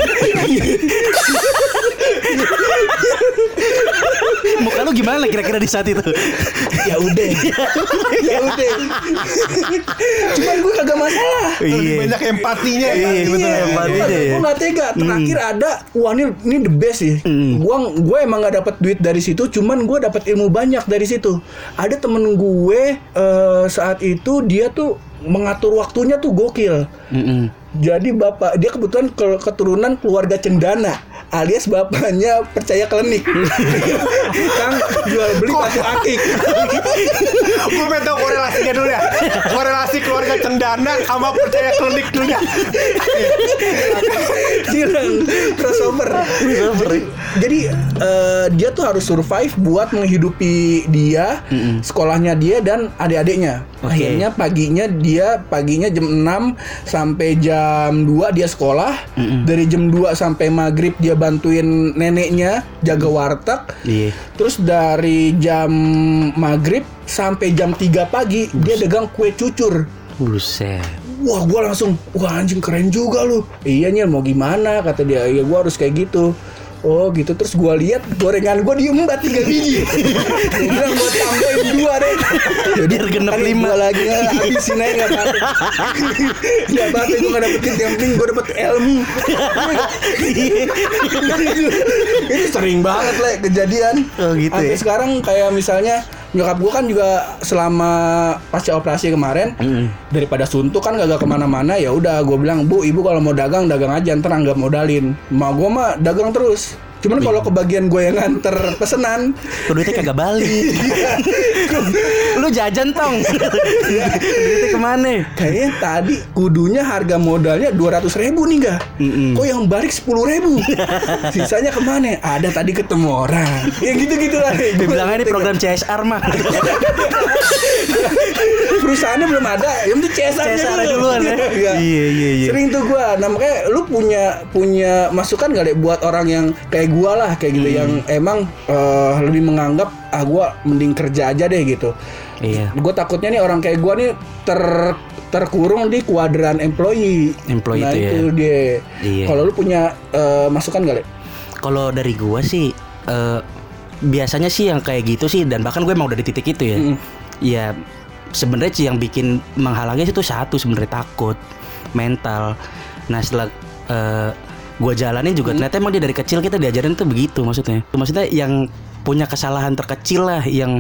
[SPEAKER 3] Muka lu gimana kira-kira di saat itu?
[SPEAKER 1] Ya udah, ya udah. Cuman gue kagak masalah.
[SPEAKER 2] Lebih banyak empatinya ya.
[SPEAKER 3] Iya, betul, empatinya ya.
[SPEAKER 1] Gue nggak tega. Terakhir ada, wah ini ini the best sih. Gua gue emang nggak dapat duit dari situ, cuman gue dapat ilmu banyak dari situ. Ada temen gue eh, saat itu dia tuh mengatur waktunya tuh gokil.
[SPEAKER 3] Mm-mm.
[SPEAKER 1] Jadi bapak dia kebetulan ke- keturunan keluarga cendana, alias bapaknya percaya klinik. Kang jual beli batu akik.
[SPEAKER 2] Gue pengen tahu korelasinya dulu ya. Korelasi keluarga cendana sama percaya klinik dulu ya.
[SPEAKER 1] Girang crossover. Jadi, jadi eh, dia tuh harus survive buat menghidupi dia, sekolahnya dia dan adik-adiknya.
[SPEAKER 3] Oke.
[SPEAKER 1] Akhirnya paginya dia paginya jam enam sampai jam dua dia sekolah. Dari jam dua sampai maghrib dia bantuin neneknya jaga warteg.
[SPEAKER 3] Iya.
[SPEAKER 1] Terus dari jam maghrib sampai jam tiga pagi dia dagang kue cucur.
[SPEAKER 3] Buset.
[SPEAKER 1] Wah, gua langsung, wah anjing keren juga lu. Iya Nyil, mau gimana? Kata dia, iya gua harus kayak gitu. Oh gitu, terus gue lihat gorengan gue diembat tiga biji. Gue bilang gue tambahin dua deh. Jadi
[SPEAKER 3] Biar genep lima.
[SPEAKER 1] gue lagi habisin aja nggak apa-apa. Nggak apa-apa, gue nggak dapetin, yang penting gue dapet ilmu. Itu sering banget lah kejadian.
[SPEAKER 3] Oh, gitu
[SPEAKER 1] Sampai
[SPEAKER 3] ya?
[SPEAKER 1] sekarang kayak misalnya nyokap gue kan juga selama pasca operasi kemarin,
[SPEAKER 3] Mm.
[SPEAKER 1] daripada suntuk kan gak kemana-mana, ya udah gue bilang, bu ibu kalau mau dagang dagang aja, ntar nggak modalin. Ma gue mah dagang terus. Cuman kalau kebagian gue yang nganter pesenan,
[SPEAKER 3] Tuh duitnya kagak balik. Lu jajan tong. Duitnya kemana?
[SPEAKER 1] kayaknya tadi kudunya harga modalnya dua ratus ribu nih gak?
[SPEAKER 3] Mm-mm.
[SPEAKER 1] Kok yang balik sepuluh ribu? Sisanya kemana? Ada tadi ketemu orang. Ya gitu-gitu lah.
[SPEAKER 3] Dibilangnya ini program C S R mah.
[SPEAKER 1] Perusahaannya belum ada, yang penting C S R-nya
[SPEAKER 3] C S R-nya duluan ya.
[SPEAKER 1] Iya.
[SPEAKER 3] Iya, iya, iya.
[SPEAKER 1] Sering tuh gua. Nah makanya lu punya punya masukan gak deh buat orang yang kayak gua lah, kayak gitu,
[SPEAKER 3] Hmm.
[SPEAKER 1] yang emang eh, lebih menganggap ah gua mending kerja aja deh gitu.
[SPEAKER 3] Iya.
[SPEAKER 1] Gue takutnya nih orang kayak gua nih ter terkurung di kuadran employee.
[SPEAKER 3] Employee
[SPEAKER 1] nah,
[SPEAKER 3] itu ya.
[SPEAKER 1] itu dia.
[SPEAKER 3] Iya.
[SPEAKER 1] Kalau lu punya eh, masukan gak deh?
[SPEAKER 3] Kalau dari gua sih eh, biasanya sih yang kayak gitu sih, dan bahkan gue emang udah di titik itu ya.
[SPEAKER 1] Mm-mm.
[SPEAKER 3] Ya sebenarnya sih yang bikin menghalangnya itu satu sebenarnya takut mental. Nah setelah eh, gue jalanin juga ternyata emang dia dari kecil kita diajarin tuh begitu maksudnya. Maksudnya yang punya kesalahan terkecil lah yang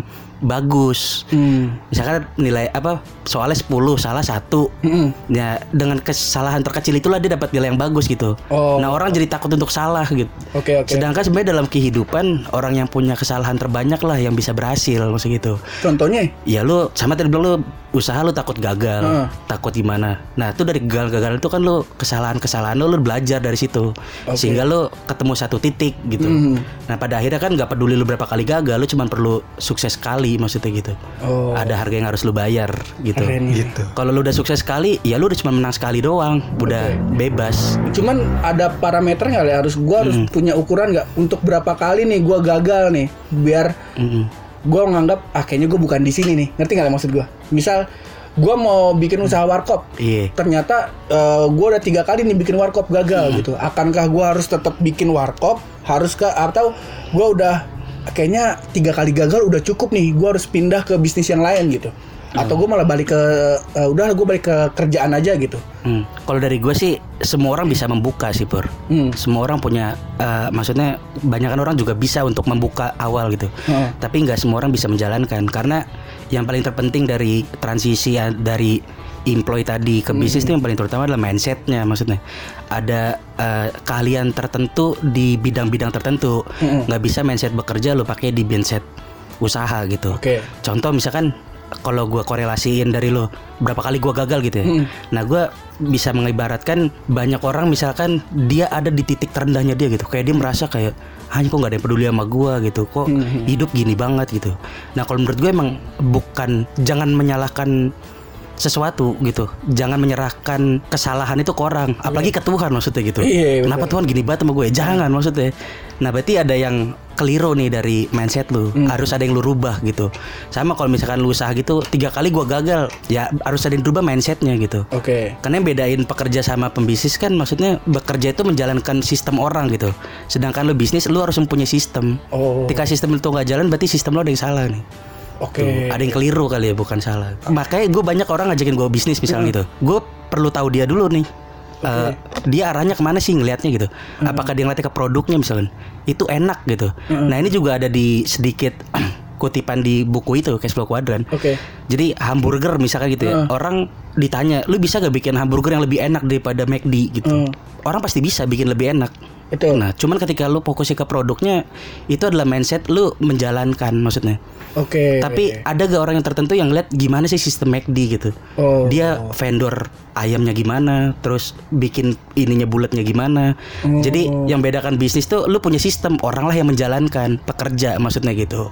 [SPEAKER 3] bagus.
[SPEAKER 1] Hmm.
[SPEAKER 3] Misalkan nilai apa soalnya sepuluh salah satu.
[SPEAKER 1] Mm-mm.
[SPEAKER 3] Ya dengan kesalahan terkecil itulah dia dapat nilai yang bagus gitu.
[SPEAKER 1] Oh.
[SPEAKER 3] Nah orang jadi takut untuk salah gitu.
[SPEAKER 1] Oke oke.
[SPEAKER 3] Sedangkan sebenarnya dalam kehidupan orang yang punya kesalahan terbanyak lah yang bisa berhasil maksud gitu.
[SPEAKER 1] Contohnya?
[SPEAKER 3] Ya lu sama tadi bilang lu usaha lu takut gagal,
[SPEAKER 1] Heeh.
[SPEAKER 3] takut gimana. Nah itu dari gagal-gagal itu kan lu kesalahan-kesalahan lu, lu belajar dari situ.
[SPEAKER 1] Oke.
[SPEAKER 3] Sehingga lu ketemu satu titik gitu.
[SPEAKER 1] Mhm.
[SPEAKER 3] Nah pada akhirnya kan nggak peduli lu berapa kali gagal, lu cuma perlu sukses sekali maksudnya gitu.
[SPEAKER 1] Oh.
[SPEAKER 3] Ada harga yang harus lu bayar gitu.
[SPEAKER 1] Keren nih.
[SPEAKER 2] Gitu.
[SPEAKER 3] Kalau lu udah sukses sekali, ya lu udah cuma menang sekali doang, udah bebas.
[SPEAKER 1] Cuman ada parameter nggak ya? Harus gua harus punya ukuran nggak untuk berapa kali nih gua gagal nih, biar
[SPEAKER 3] Mm-mm.
[SPEAKER 1] gua nganggap ah kayaknya gua bukan di sini nih. Ngerti nggak maksud gua? Misal gua mau bikin usaha warkop,
[SPEAKER 3] Iya.
[SPEAKER 1] ternyata eh, gua udah tiga kali nih bikin warkop gagal gitu. Akankah gua harus tetap bikin warkop? Haruskah atau gua udah kayaknya tiga kali gagal udah cukup nih, gua harus pindah ke bisnis yang lain gitu? Atau gua malah balik ke eh, udah gua balik ke kerjaan aja gitu?
[SPEAKER 3] Hmm. Kalau dari gue sih semua orang bisa membuka sih Pur.
[SPEAKER 1] Hmm.
[SPEAKER 3] Semua orang punya eh, maksudnya banyakan orang juga bisa untuk membuka awal gitu.
[SPEAKER 1] Heeh.
[SPEAKER 3] Tapi nggak semua orang bisa menjalankan karena yang paling terpenting dari transisi ya, dari employee tadi ke bisnis itu yang paling terutama adalah mindsetnya. Maksudnya ada eh, keahlian tertentu di bidang-bidang tertentu.
[SPEAKER 1] Mm-mm.
[SPEAKER 3] Nggak bisa mindset bekerja lo pakai di mindset usaha gitu.
[SPEAKER 1] Oke.
[SPEAKER 3] Contoh misalkan kalau gue korelasiin dari lo berapa kali gue gagal gitu ya.
[SPEAKER 1] Mm.
[SPEAKER 3] Nah gue bisa mengibaratkan banyak orang misalkan dia ada di titik terendahnya dia gitu. Kayak dia merasa kayak hanya kok nggak ada yang peduli sama gue gitu. Kok
[SPEAKER 1] Mm.
[SPEAKER 3] hidup gini banget gitu. Nah kalau menurut gue emang bukan, jangan menyalahkan sesuatu gitu. Jangan menyerahkan kesalahan itu ke orang, apalagi ke Tuhan maksudnya gitu.
[SPEAKER 1] Iya, betul.
[SPEAKER 3] Kenapa Tuhan gini banget sama gue? Jangan maksudnya. Nah berarti ada yang keliru nih dari mindset lu.
[SPEAKER 1] Hmm.
[SPEAKER 3] Harus ada yang lu rubah gitu. Sama kalau misalkan lu usaha gitu tiga kali gue gagal, ya harus ada yang rubah mindsetnya gitu.
[SPEAKER 1] Oke.
[SPEAKER 3] Karena yang bedain pekerja sama pembisnis kan maksudnya bekerja itu menjalankan sistem orang gitu. Sedangkan lu bisnis lu harus mempunyai sistem.
[SPEAKER 1] Oh.
[SPEAKER 3] Ketika sistem itu nggak jalan berarti sistem lu ada yang salah nih.
[SPEAKER 1] Oke.
[SPEAKER 3] Tuh, ada yang keliru kali ya, bukan salah. Makanya gue banyak orang ngajakin gue bisnis misalnya gitu. Gue perlu tahu dia dulu nih. Uh, dia arahnya kemana sih ngelihatnya gitu. Apakah dia ngeliatnya ke produknya misalnya itu enak gitu. Nah ini juga ada di sedikit kutipan di buku itu Cash Flow Quadrant.
[SPEAKER 1] Oke.
[SPEAKER 3] Jadi hamburger misalkan gitu ya.
[SPEAKER 1] Uh.
[SPEAKER 3] Orang ditanya, lu bisa gak bikin hamburger yang lebih enak daripada McD gitu.
[SPEAKER 1] Uh.
[SPEAKER 3] Orang pasti bisa bikin lebih enak.
[SPEAKER 1] Betul.
[SPEAKER 3] Nah, cuman ketika lu fokusnya ke produknya, itu adalah mindset lu menjalankan maksudnya.
[SPEAKER 1] Oke.
[SPEAKER 3] Tapi ada gak orang yang tertentu yang lihat gimana sih sistem McD gitu.
[SPEAKER 1] Oh.
[SPEAKER 3] Dia vendor ayamnya gimana, terus bikin ininya bulatnya gimana.
[SPEAKER 1] Oh.
[SPEAKER 3] Jadi yang bedakan bisnis tuh lu punya sistem, orang lah yang menjalankan, pekerja maksudnya gitu.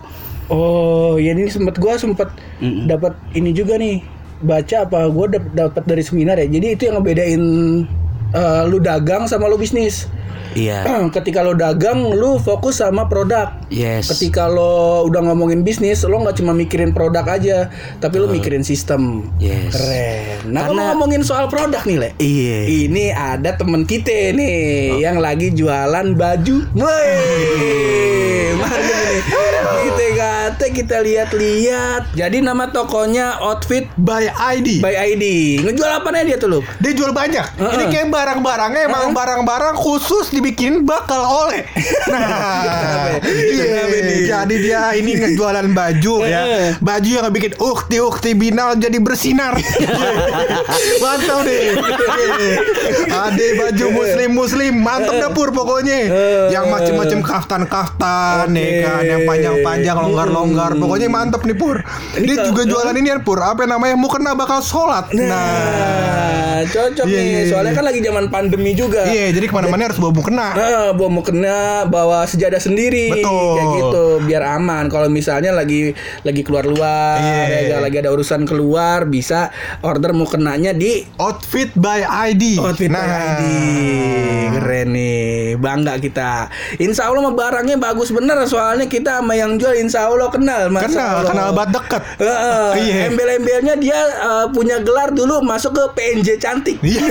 [SPEAKER 1] Oh, ya ini sempat gua sempat
[SPEAKER 3] Mm-mm.
[SPEAKER 1] dapat ini juga nih. Baca apa gua dap- dapat dari seminar ya. Jadi itu yang ngebedain uh, lu dagang sama lu bisnis.
[SPEAKER 3] Iya.
[SPEAKER 1] Ketika lo dagang, lo fokus sama produk.
[SPEAKER 3] Yes.
[SPEAKER 1] Ketika lo udah ngomongin bisnis, lo nggak cuma mikirin produk aja, tapi lo mikirin sistem.
[SPEAKER 3] Yes.
[SPEAKER 1] Keren. Nah,
[SPEAKER 3] Karena-
[SPEAKER 1] kalau ngomongin soal produk nih, Le.
[SPEAKER 3] Iya.
[SPEAKER 1] Ini ada temen kita nih yang lagi jualan baju. Woi, mantap nih. Kita kata kita lihat-lihat. Jadi nama tokonya Outfit
[SPEAKER 2] By I D.
[SPEAKER 1] by I D. Ngejual apa nih dia tuh lo?
[SPEAKER 2] Dia jual banyak.
[SPEAKER 1] Heeh.
[SPEAKER 2] Ini kayak barang-barangnya emang barang-barang khusus dibikin bakal oleh. Nah, iya.
[SPEAKER 1] Kenapa nih?
[SPEAKER 2] Jadi dia ini ngejualan baju ya. Baju yang bikin ukti-ukti binal jadi bersinar. Mantap deh. Ada baju muslim-muslim, mantap dapur pokoknya. Yang macam-macam kaftan-kaftan nih
[SPEAKER 1] Oke.
[SPEAKER 2] kan, yang panjang-panjang longgar-longgar. Pokoknya mantap nih Pur. Dia
[SPEAKER 1] kalau-
[SPEAKER 2] juga jualan ini ya Pur. Apa namanya? Mukena bakal sholat.
[SPEAKER 1] Nah, cocok
[SPEAKER 2] Iya,
[SPEAKER 1] nih.
[SPEAKER 2] iya,
[SPEAKER 1] Soalnya
[SPEAKER 2] iya.
[SPEAKER 1] kan lagi zaman pandemi juga.
[SPEAKER 2] Iya, jadi kemana-mana harus bawa mukena.
[SPEAKER 1] Nah, bawa mau kena bawa sejadah sendiri.
[SPEAKER 2] Betul.
[SPEAKER 1] Kayak gitu biar aman. Kalau misalnya lagi lagi keluar luar,
[SPEAKER 2] Iya.
[SPEAKER 1] ya, lagi ada urusan keluar, bisa order mau kenanya di
[SPEAKER 2] Outfit by I D.
[SPEAKER 1] Outfit
[SPEAKER 2] nah.
[SPEAKER 1] by I D. Keren nih, bangga kita. Insya Allah mah barangnya bagus bener. Soalnya kita sama yang jual Insya Allah kenal. Masya
[SPEAKER 2] Kenal,
[SPEAKER 1] Allah.
[SPEAKER 2] kenal banget deket.
[SPEAKER 1] Heeh.
[SPEAKER 2] Iya.
[SPEAKER 1] Embel-embelnya dia uh, punya gelar dulu masuk ke P N J cantik.
[SPEAKER 2] Iya.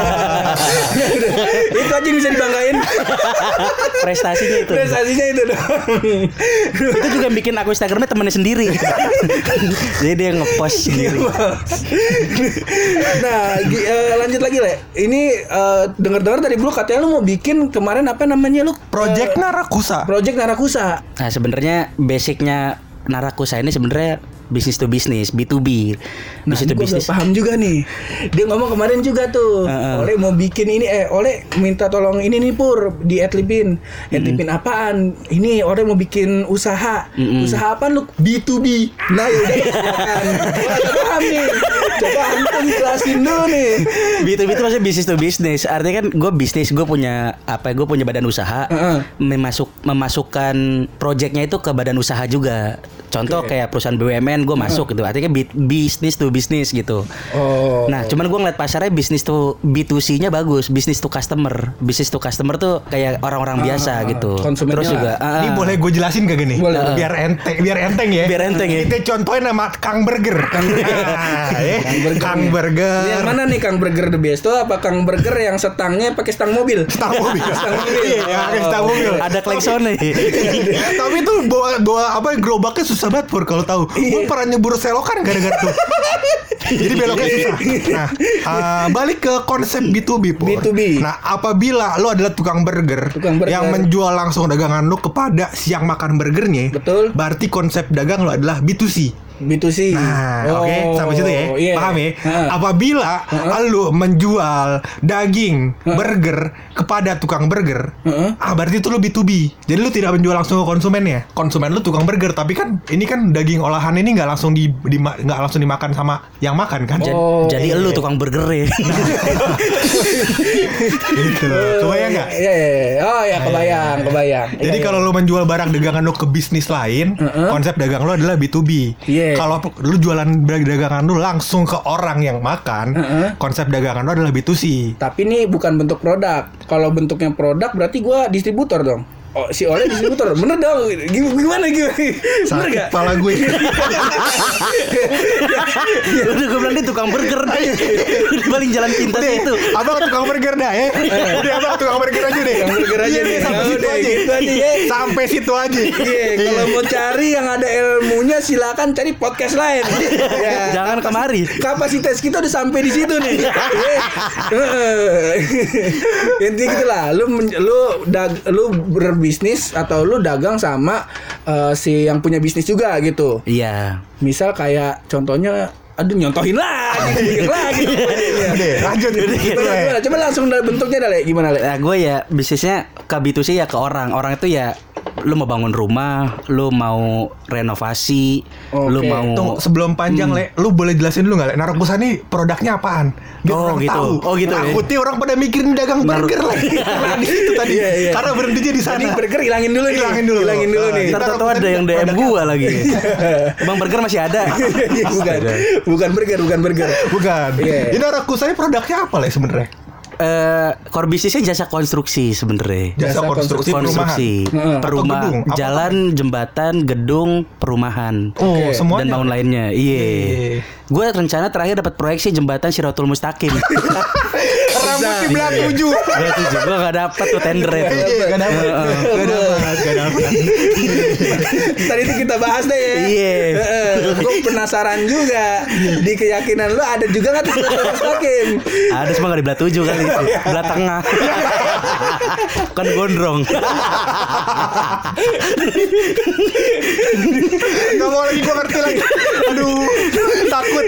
[SPEAKER 1] Itu aja yang bisa dibanggain.
[SPEAKER 3] Prestasinya itu.
[SPEAKER 1] Prestasinya itu dong.
[SPEAKER 3] Itu juga yang bikin aku Instagramnya temennya sendiri. Jadi dia ngepost sendiri.
[SPEAKER 1] Nah, gi- eh, lanjut lagi Le. Ini eh, dengar-dengar dari dulu katanya lu mau bikin kemarin apa namanya lu?
[SPEAKER 2] Project Narakusa.
[SPEAKER 1] Project Narakusa.
[SPEAKER 3] Nah sebenarnya basicnya Narakusa ini sebenarnya bisnis to bisnis, B to B.
[SPEAKER 1] Nah,
[SPEAKER 3] Bisnis to
[SPEAKER 1] gue
[SPEAKER 3] bisnis.
[SPEAKER 1] paham juga nih. Dia ngomong kemarin juga tuh.
[SPEAKER 3] Heeh.
[SPEAKER 1] Oleh mau bikin ini eh Oleh minta tolong ini nih Pur di Adlibin. Adlibin apaan? Ini Oleh mau bikin usaha. Usaha apaan lu? B to B. Nah, ya udah silakan. Gua nggak paham nih. Coba antum jelasin dulu nih.
[SPEAKER 3] B to B itu maksudnya bisnis to bisnis. Artinya kan gue bisnis, gue punya apa? Gue punya badan usaha.
[SPEAKER 1] Heeh.
[SPEAKER 3] Memasuk memasukkan proyeknya itu ke badan usaha juga. Contoh
[SPEAKER 1] Oke.
[SPEAKER 3] kayak perusahaan B U M N gue masuk gitu. Artinya bi- bisnis to bisnis gitu.
[SPEAKER 1] Oh.
[SPEAKER 3] Nah, cuman gue ngeliat pasarnya bisnis to B to C-nya bagus, bisnis to customer. Bisnis to customer tuh kayak orang-orang biasa gitu.
[SPEAKER 1] konsumennya
[SPEAKER 3] Terus
[SPEAKER 1] lah.
[SPEAKER 3] juga ah,
[SPEAKER 2] Ini boleh gue jelasin kagak nih?
[SPEAKER 1] Boleh.
[SPEAKER 2] Biar enteng, biar enteng ya.
[SPEAKER 3] Biar enteng ya.
[SPEAKER 2] Kita contohin nama Kang Burger. Kang Burger. Kang Burger.
[SPEAKER 1] Ini yang mana nih Kang Burger the best tuh apa Kang Burger yang setangnya pakai stang mobil?
[SPEAKER 2] Stang mobil.
[SPEAKER 1] Stang mobil.
[SPEAKER 2] Iya, pakai stang mobil.
[SPEAKER 3] ada klaksonnya.
[SPEAKER 2] Tapi tuh bawa bawa apa gerobaknya susah banget Pur kalau tahu. Gue pernah nyebur selokan gara-gara tuh. Jadi beloknya susah. Nah, uh, balik ke konsep B to B Pur.
[SPEAKER 1] B to B.
[SPEAKER 2] Nah, apabila lo adalah tukang burger,
[SPEAKER 1] Tukang burger.
[SPEAKER 2] yang menjual langsung dagangan lo kepada si yang makan burgernya,
[SPEAKER 1] Betul.
[SPEAKER 2] berarti konsep dagang lo adalah B to C.
[SPEAKER 1] B to C.
[SPEAKER 2] Nah,
[SPEAKER 1] Oh,
[SPEAKER 2] oke, sampai situ ya.
[SPEAKER 1] iya.
[SPEAKER 2] Paham ya?
[SPEAKER 1] Heeh.
[SPEAKER 2] Apabila lu menjual daging burger kepada tukang burger,
[SPEAKER 1] Heeh.
[SPEAKER 2] ah berarti itu lu B to B. Jadi lu tidak menjual langsung ke konsumen ya. Konsumen lu tukang burger, tapi kan ini kan daging olahan ini nggak langsung di, di nggak langsung dimakan sama yang makan kan.
[SPEAKER 3] Jadi,
[SPEAKER 1] Oh,
[SPEAKER 3] jadi
[SPEAKER 1] iya,
[SPEAKER 3] lu
[SPEAKER 1] iya.
[SPEAKER 3] tukang burger ya.
[SPEAKER 2] Gitu. Kebayang nggak?
[SPEAKER 1] Iya, iya, iya. Oh ya, kebayang, kebayang.
[SPEAKER 2] Jadi
[SPEAKER 1] Iya,
[SPEAKER 2] kalau lu menjual barang dagangan lu ke bisnis lain,
[SPEAKER 1] Heeh.
[SPEAKER 2] konsep dagang lu adalah B to B.
[SPEAKER 1] Iya.
[SPEAKER 2] Kalau lu jualan barang dagangan lu langsung ke orang yang makan,
[SPEAKER 1] Heeh.
[SPEAKER 2] konsep dagangan lu adalah B to C.
[SPEAKER 1] Tapi ini bukan bentuk produk. Kalau bentuknya produk berarti gua distributor dong. Oh, si Oleh distributor. Bener dong. Gim- Gimana gimana? Bener
[SPEAKER 2] Sakit
[SPEAKER 1] gak?
[SPEAKER 2] kepala gue.
[SPEAKER 3] Udah gue bilang dia tukang burger deh. Di paling jalan pintas
[SPEAKER 2] Udah,
[SPEAKER 3] itu.
[SPEAKER 2] abang tukang burger dah ya. Udah abang tukang burger aja deh.
[SPEAKER 1] Tukang burger aja
[SPEAKER 2] Iya,
[SPEAKER 1] deh.
[SPEAKER 2] sampai
[SPEAKER 1] Ya
[SPEAKER 2] situ
[SPEAKER 1] udah,
[SPEAKER 2] aja.
[SPEAKER 1] gitu aja ya.
[SPEAKER 2] Sampai situ aja.
[SPEAKER 1] Iya, kalau mau cari yang ada ilmunya silakan cari podcast lain. Ya.
[SPEAKER 3] Jangan kemari.
[SPEAKER 1] Kapasitas kita udah sampai di situ nih. Intinya gitulah. Lu men- lu dag, lu berbisnis atau lu dagang sama eh, si yang punya bisnis juga gitu.
[SPEAKER 3] Iya.
[SPEAKER 1] Misal kayak contohnya aduh nyontohin lagi, bikin lagi.
[SPEAKER 2] Udah, lanjut.
[SPEAKER 1] Gimana, gimana? Coba langsung dari bentuknya dah, Le. Gimana, Le?
[SPEAKER 3] Nah, gue ya bisnisnya ke B to C ya ke orang. Orang itu ya lu mau bangun rumah, lu mau renovasi, lu
[SPEAKER 1] Oke.
[SPEAKER 3] mau
[SPEAKER 2] Tunggu, sebelum panjang Le, lu boleh jelasin dulu nggak Le? Narakusa nih produknya apaan? Biar
[SPEAKER 3] Oh,
[SPEAKER 2] orang
[SPEAKER 3] gitu.
[SPEAKER 2] tahu.
[SPEAKER 3] Oh, gitu, ya.
[SPEAKER 2] Takutnya orang pada mikirin dagang
[SPEAKER 3] Naru-
[SPEAKER 2] burger lagi. Nah, di situ tadi.
[SPEAKER 1] Iya, iya.
[SPEAKER 2] Karena berhentinya di sana.
[SPEAKER 1] Jadi burger hilangin dulu nih.
[SPEAKER 2] Hilangin dulu.
[SPEAKER 1] Hilangin dulu
[SPEAKER 2] Ah,
[SPEAKER 1] nih.
[SPEAKER 2] kita-
[SPEAKER 3] Ntar tahu ada yang D M gua lagi. Bang burger masih ada.
[SPEAKER 1] bukan, bukan burger, bukan burger.
[SPEAKER 2] Bukan.
[SPEAKER 1] Iya.
[SPEAKER 2] Ini Narakusa ini produknya apa Le sebenarnya?
[SPEAKER 3] eh core bisnisnya jasa konstruksi sebenarnya.
[SPEAKER 2] Jasa konstruksi,
[SPEAKER 3] konstruksi
[SPEAKER 2] perumahan.
[SPEAKER 3] perumah,
[SPEAKER 2] Atau gedung? Apa-
[SPEAKER 3] jalan, jembatan, gedung, perumahan.
[SPEAKER 2] Oh,
[SPEAKER 1] Oke.
[SPEAKER 2] semuanya.
[SPEAKER 3] Dan bangun lainnya. Iya.
[SPEAKER 2] Iya.
[SPEAKER 3] Gue rencana terakhir dapat proyek sih jembatan Shiratul Mustaqim.
[SPEAKER 2] Rambut di belah tujuh.
[SPEAKER 3] Gue tujuh, gue gak dapet tuh tender itu.
[SPEAKER 2] Iya, gak dapat. Gak dapat, gak dapat.
[SPEAKER 1] Tadi itu kita bahas deh ya.
[SPEAKER 3] Iya.
[SPEAKER 1] Gue penasaran juga di keyakinan lu ada juga nggak tuh Mustaqim?
[SPEAKER 3] Ada semua gak di belah tujuh kali itu. Belah tengah. Kan gondrong.
[SPEAKER 2] Gak mau lagi, gue ngerti lagi. Aduh, takut.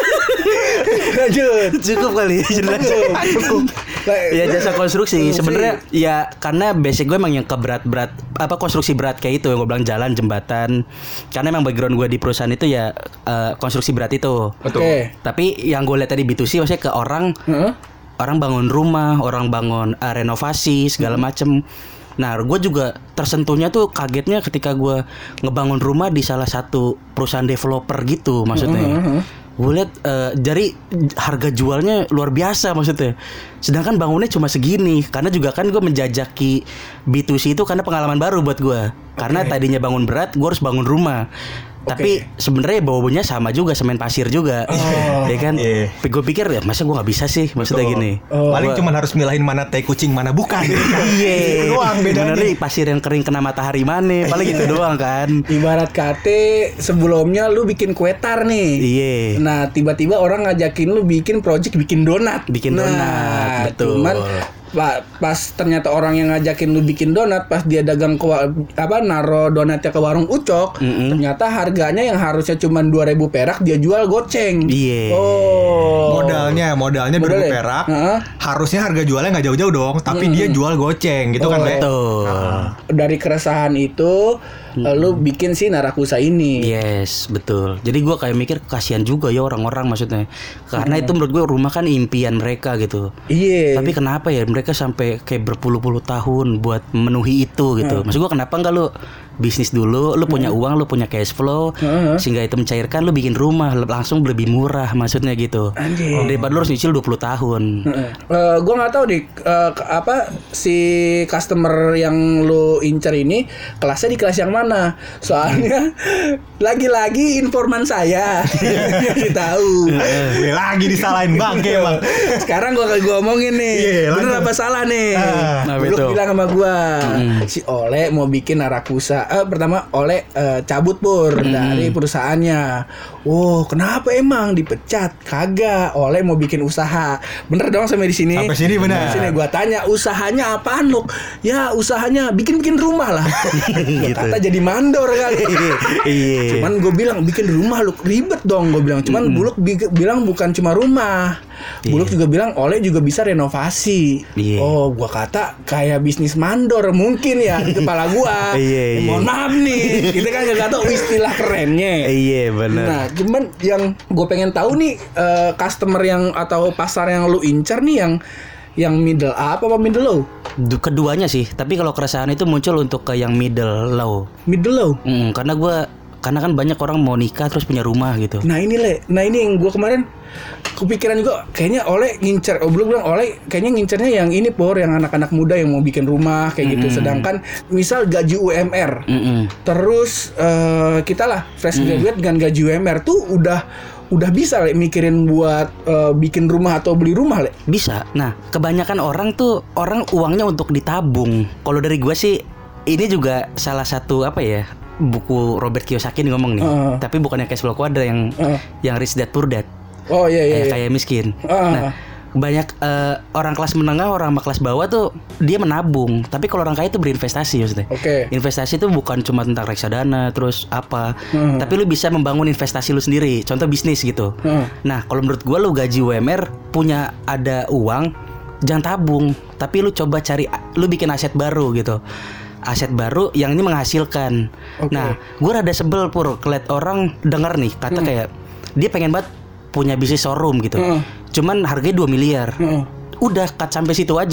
[SPEAKER 1] Lanjut.
[SPEAKER 3] Cukup kali jelas.
[SPEAKER 1] Cukup.
[SPEAKER 3] Ya jasa konstruksi sebenarnya ya karena basic gue emang yang keberat-berat apa konstruksi berat kayak itu yang gue bilang jalan jembatan karena emang background gue di perusahaan itu ya uh, konstruksi berat itu.
[SPEAKER 1] Oke.
[SPEAKER 3] Tapi yang gue lihat tadi B two C maksudnya ke orang
[SPEAKER 1] Heeh.
[SPEAKER 3] orang bangun rumah, orang bangun uh, renovasi segala macem. Nah, gue juga tersentuhnya tuh kagetnya ketika gue ngebangun rumah di salah satu perusahaan developer gitu maksudnya. Gue lihat uh, dari harga jualnya luar biasa maksudnya. Sedangkan bangunnya cuma segini. Karena juga kan gue menjajaki B two C itu karena pengalaman baru buat gue. Karena tadinya bangun berat, gue harus bangun rumah. Tapi sebenarnya bau-baunya sama juga, semen pasir juga.
[SPEAKER 1] Oh,
[SPEAKER 3] ya kan?
[SPEAKER 2] iya.
[SPEAKER 3] Tapi gue pikir ya masa gue nggak bisa sih maksudnya
[SPEAKER 2] Betul.
[SPEAKER 3] gini.
[SPEAKER 1] Oh.
[SPEAKER 2] Paling
[SPEAKER 3] Gua-
[SPEAKER 2] cuma harus milahin mana tai kucing, mana bukan.
[SPEAKER 3] Iya.
[SPEAKER 2] Itu doang bedanya.
[SPEAKER 3] Sebenarnya pasir yang kering kena matahari mana, paling gitu doang kan.
[SPEAKER 1] Ibarat kate sebelumnya lu bikin kue tar nih.
[SPEAKER 3] Iya.
[SPEAKER 1] Nah, tiba-tiba orang ngajakin lu bikin project bikin donat.
[SPEAKER 3] Bikin
[SPEAKER 1] nah,
[SPEAKER 3] donat, betul.
[SPEAKER 1] Cuman pa- pas ternyata orang yang ngajakin lu bikin donat, pas dia dagang ke wa- apa naro donatnya ke warung Ucok,
[SPEAKER 3] Mm-mm.
[SPEAKER 1] ternyata harganya yang harusnya cuma dua ribu perak dia jual goceng.
[SPEAKER 3] Iya.
[SPEAKER 1] Oh.
[SPEAKER 2] Modalnya, modalnya dua ribu
[SPEAKER 1] Modalnya?
[SPEAKER 2] perak.
[SPEAKER 1] Heeh.
[SPEAKER 2] Harusnya harga jualnya nggak jauh-jauh dong, tapi dia jual goceng gitu kan,
[SPEAKER 1] Oh.
[SPEAKER 2] Le?
[SPEAKER 3] Betul.
[SPEAKER 1] Dari keresahan itu lu bikin si Narakusa ini.
[SPEAKER 3] Yes, betul. Jadi gue kayak mikir kasihan juga ya orang-orang maksudnya. Karena itu menurut gue rumah kan impian mereka gitu.
[SPEAKER 1] Iya.
[SPEAKER 3] Tapi kenapa ya mereka sampai kayak berpuluh-puluh tahun buat memenuhi itu gitu. Maksud gue kenapa enggak lu bisnis dulu, lu punya uang, lu punya cash flow, sehingga itu mencairkan lu bikin rumah langsung lebih murah maksudnya gitu.
[SPEAKER 1] Anjing.
[SPEAKER 3] Daripada lu harus nyicil dua puluh tahun.
[SPEAKER 1] Uh, gue nggak tahu di uh, ke- apa si customer yang lu incer ini kelasnya di kelas yang mana? Soalnya lagi-lagi informan saya yang tahu.
[SPEAKER 2] Gue lagi disalahin bangke bang.
[SPEAKER 1] Sekarang gua gua omongin nih,
[SPEAKER 2] Iya,
[SPEAKER 1] bener
[SPEAKER 2] lanjut.
[SPEAKER 1] apa salah nih?
[SPEAKER 2] Ah,
[SPEAKER 3] nah,
[SPEAKER 1] Lu
[SPEAKER 3] betul.
[SPEAKER 1] bilang sama gua, si Ole mau bikin Narakusa. Eh, pertama Ole eh, cabut pur dari perusahaannya. Oh, kenapa emang dipecat? Kagak. Ole mau bikin usaha. Bener dong sampai di sini.
[SPEAKER 2] Sampai sini benar.
[SPEAKER 1] Di sini gua tanya usahanya apaan lu? Ya usahanya bikin-bikin rumah lah. Gua kata jadi mandor kali.
[SPEAKER 3] Iya.
[SPEAKER 1] Cuman gue bilang bikin rumah lu ribet dong gue bilang. Cuman Buluk bi- bilang bukan cuma rumah. Buluk juga bilang Oleh juga bisa renovasi.
[SPEAKER 3] Iya.
[SPEAKER 1] Oh, gua kata kayak bisnis mandor mungkin ya di kepala gua.
[SPEAKER 3] Iya,
[SPEAKER 1] Ya,
[SPEAKER 3] iya.
[SPEAKER 1] mohon maaf nih, kita kan gak tahu istilah kerennya.
[SPEAKER 3] Iya benar.
[SPEAKER 1] Nah, cuman yang gue pengen tahu nih eh, customer yang atau pasar yang lu incer nih yang yang middle up apa middle low?
[SPEAKER 3] Du- Keduanya sih, tapi kalau keresahan itu muncul untuk ke yang middle low.
[SPEAKER 1] Middle low.
[SPEAKER 3] Mm, karena gue karena kan banyak orang mau nikah terus punya rumah gitu.
[SPEAKER 1] Nah ini le, nah ini yang gue kemarin kepikiran juga kayaknya Oleh ngincer, oh belum bilang Oleh kayaknya ngincernya yang ini por yang anak-anak muda yang mau bikin rumah kayak gitu. Sedangkan misal gaji U M R,
[SPEAKER 3] Mm-mm.
[SPEAKER 1] terus eh, kita lah fresh graduate dengan gaji U M R tuh udah udah bisa le mikirin buat eh, bikin rumah atau beli rumah le.
[SPEAKER 3] Bisa. Nah, kebanyakan orang tuh orang uangnya untuk ditabung. Kalau dari gue sih ini juga salah satu apa ya? Buku Robert Kiyosaki nih ngomong nih.
[SPEAKER 1] Uh.
[SPEAKER 3] Tapi bukan yang cash flow quadrant yang
[SPEAKER 1] Uh.
[SPEAKER 3] yang rich dad poor dad.
[SPEAKER 1] Oh iya iya.
[SPEAKER 3] Kayak
[SPEAKER 1] iya.
[SPEAKER 3] kayak miskin.
[SPEAKER 1] Uh.
[SPEAKER 3] Nah, banyak eh, orang kelas menengah, orang sama kelas bawah tuh dia menabung. Tapi kalau orang kaya itu berinvestasi maksudnya.
[SPEAKER 1] Oke.
[SPEAKER 3] Investasi itu bukan cuma tentang reksadana terus apa,
[SPEAKER 1] Hmm.
[SPEAKER 3] tapi lu bisa membangun investasi lu sendiri. Contoh bisnis gitu.
[SPEAKER 1] Hmm.
[SPEAKER 3] Nah, kalau menurut gua lu gaji U M R punya ada uang, jangan tabung, tapi lu coba cari lu bikin aset baru gitu. Aset baru yang ini menghasilkan.
[SPEAKER 1] Oke.
[SPEAKER 3] Nah, gua rada sebel pur keliat orang denger nih kata kayak dia pengen banget punya bisnis showroom gitu.
[SPEAKER 1] Hmm.
[SPEAKER 3] Cuman harganya dua miliar.
[SPEAKER 1] Heeh.
[SPEAKER 3] Udah cut sampai situ aja.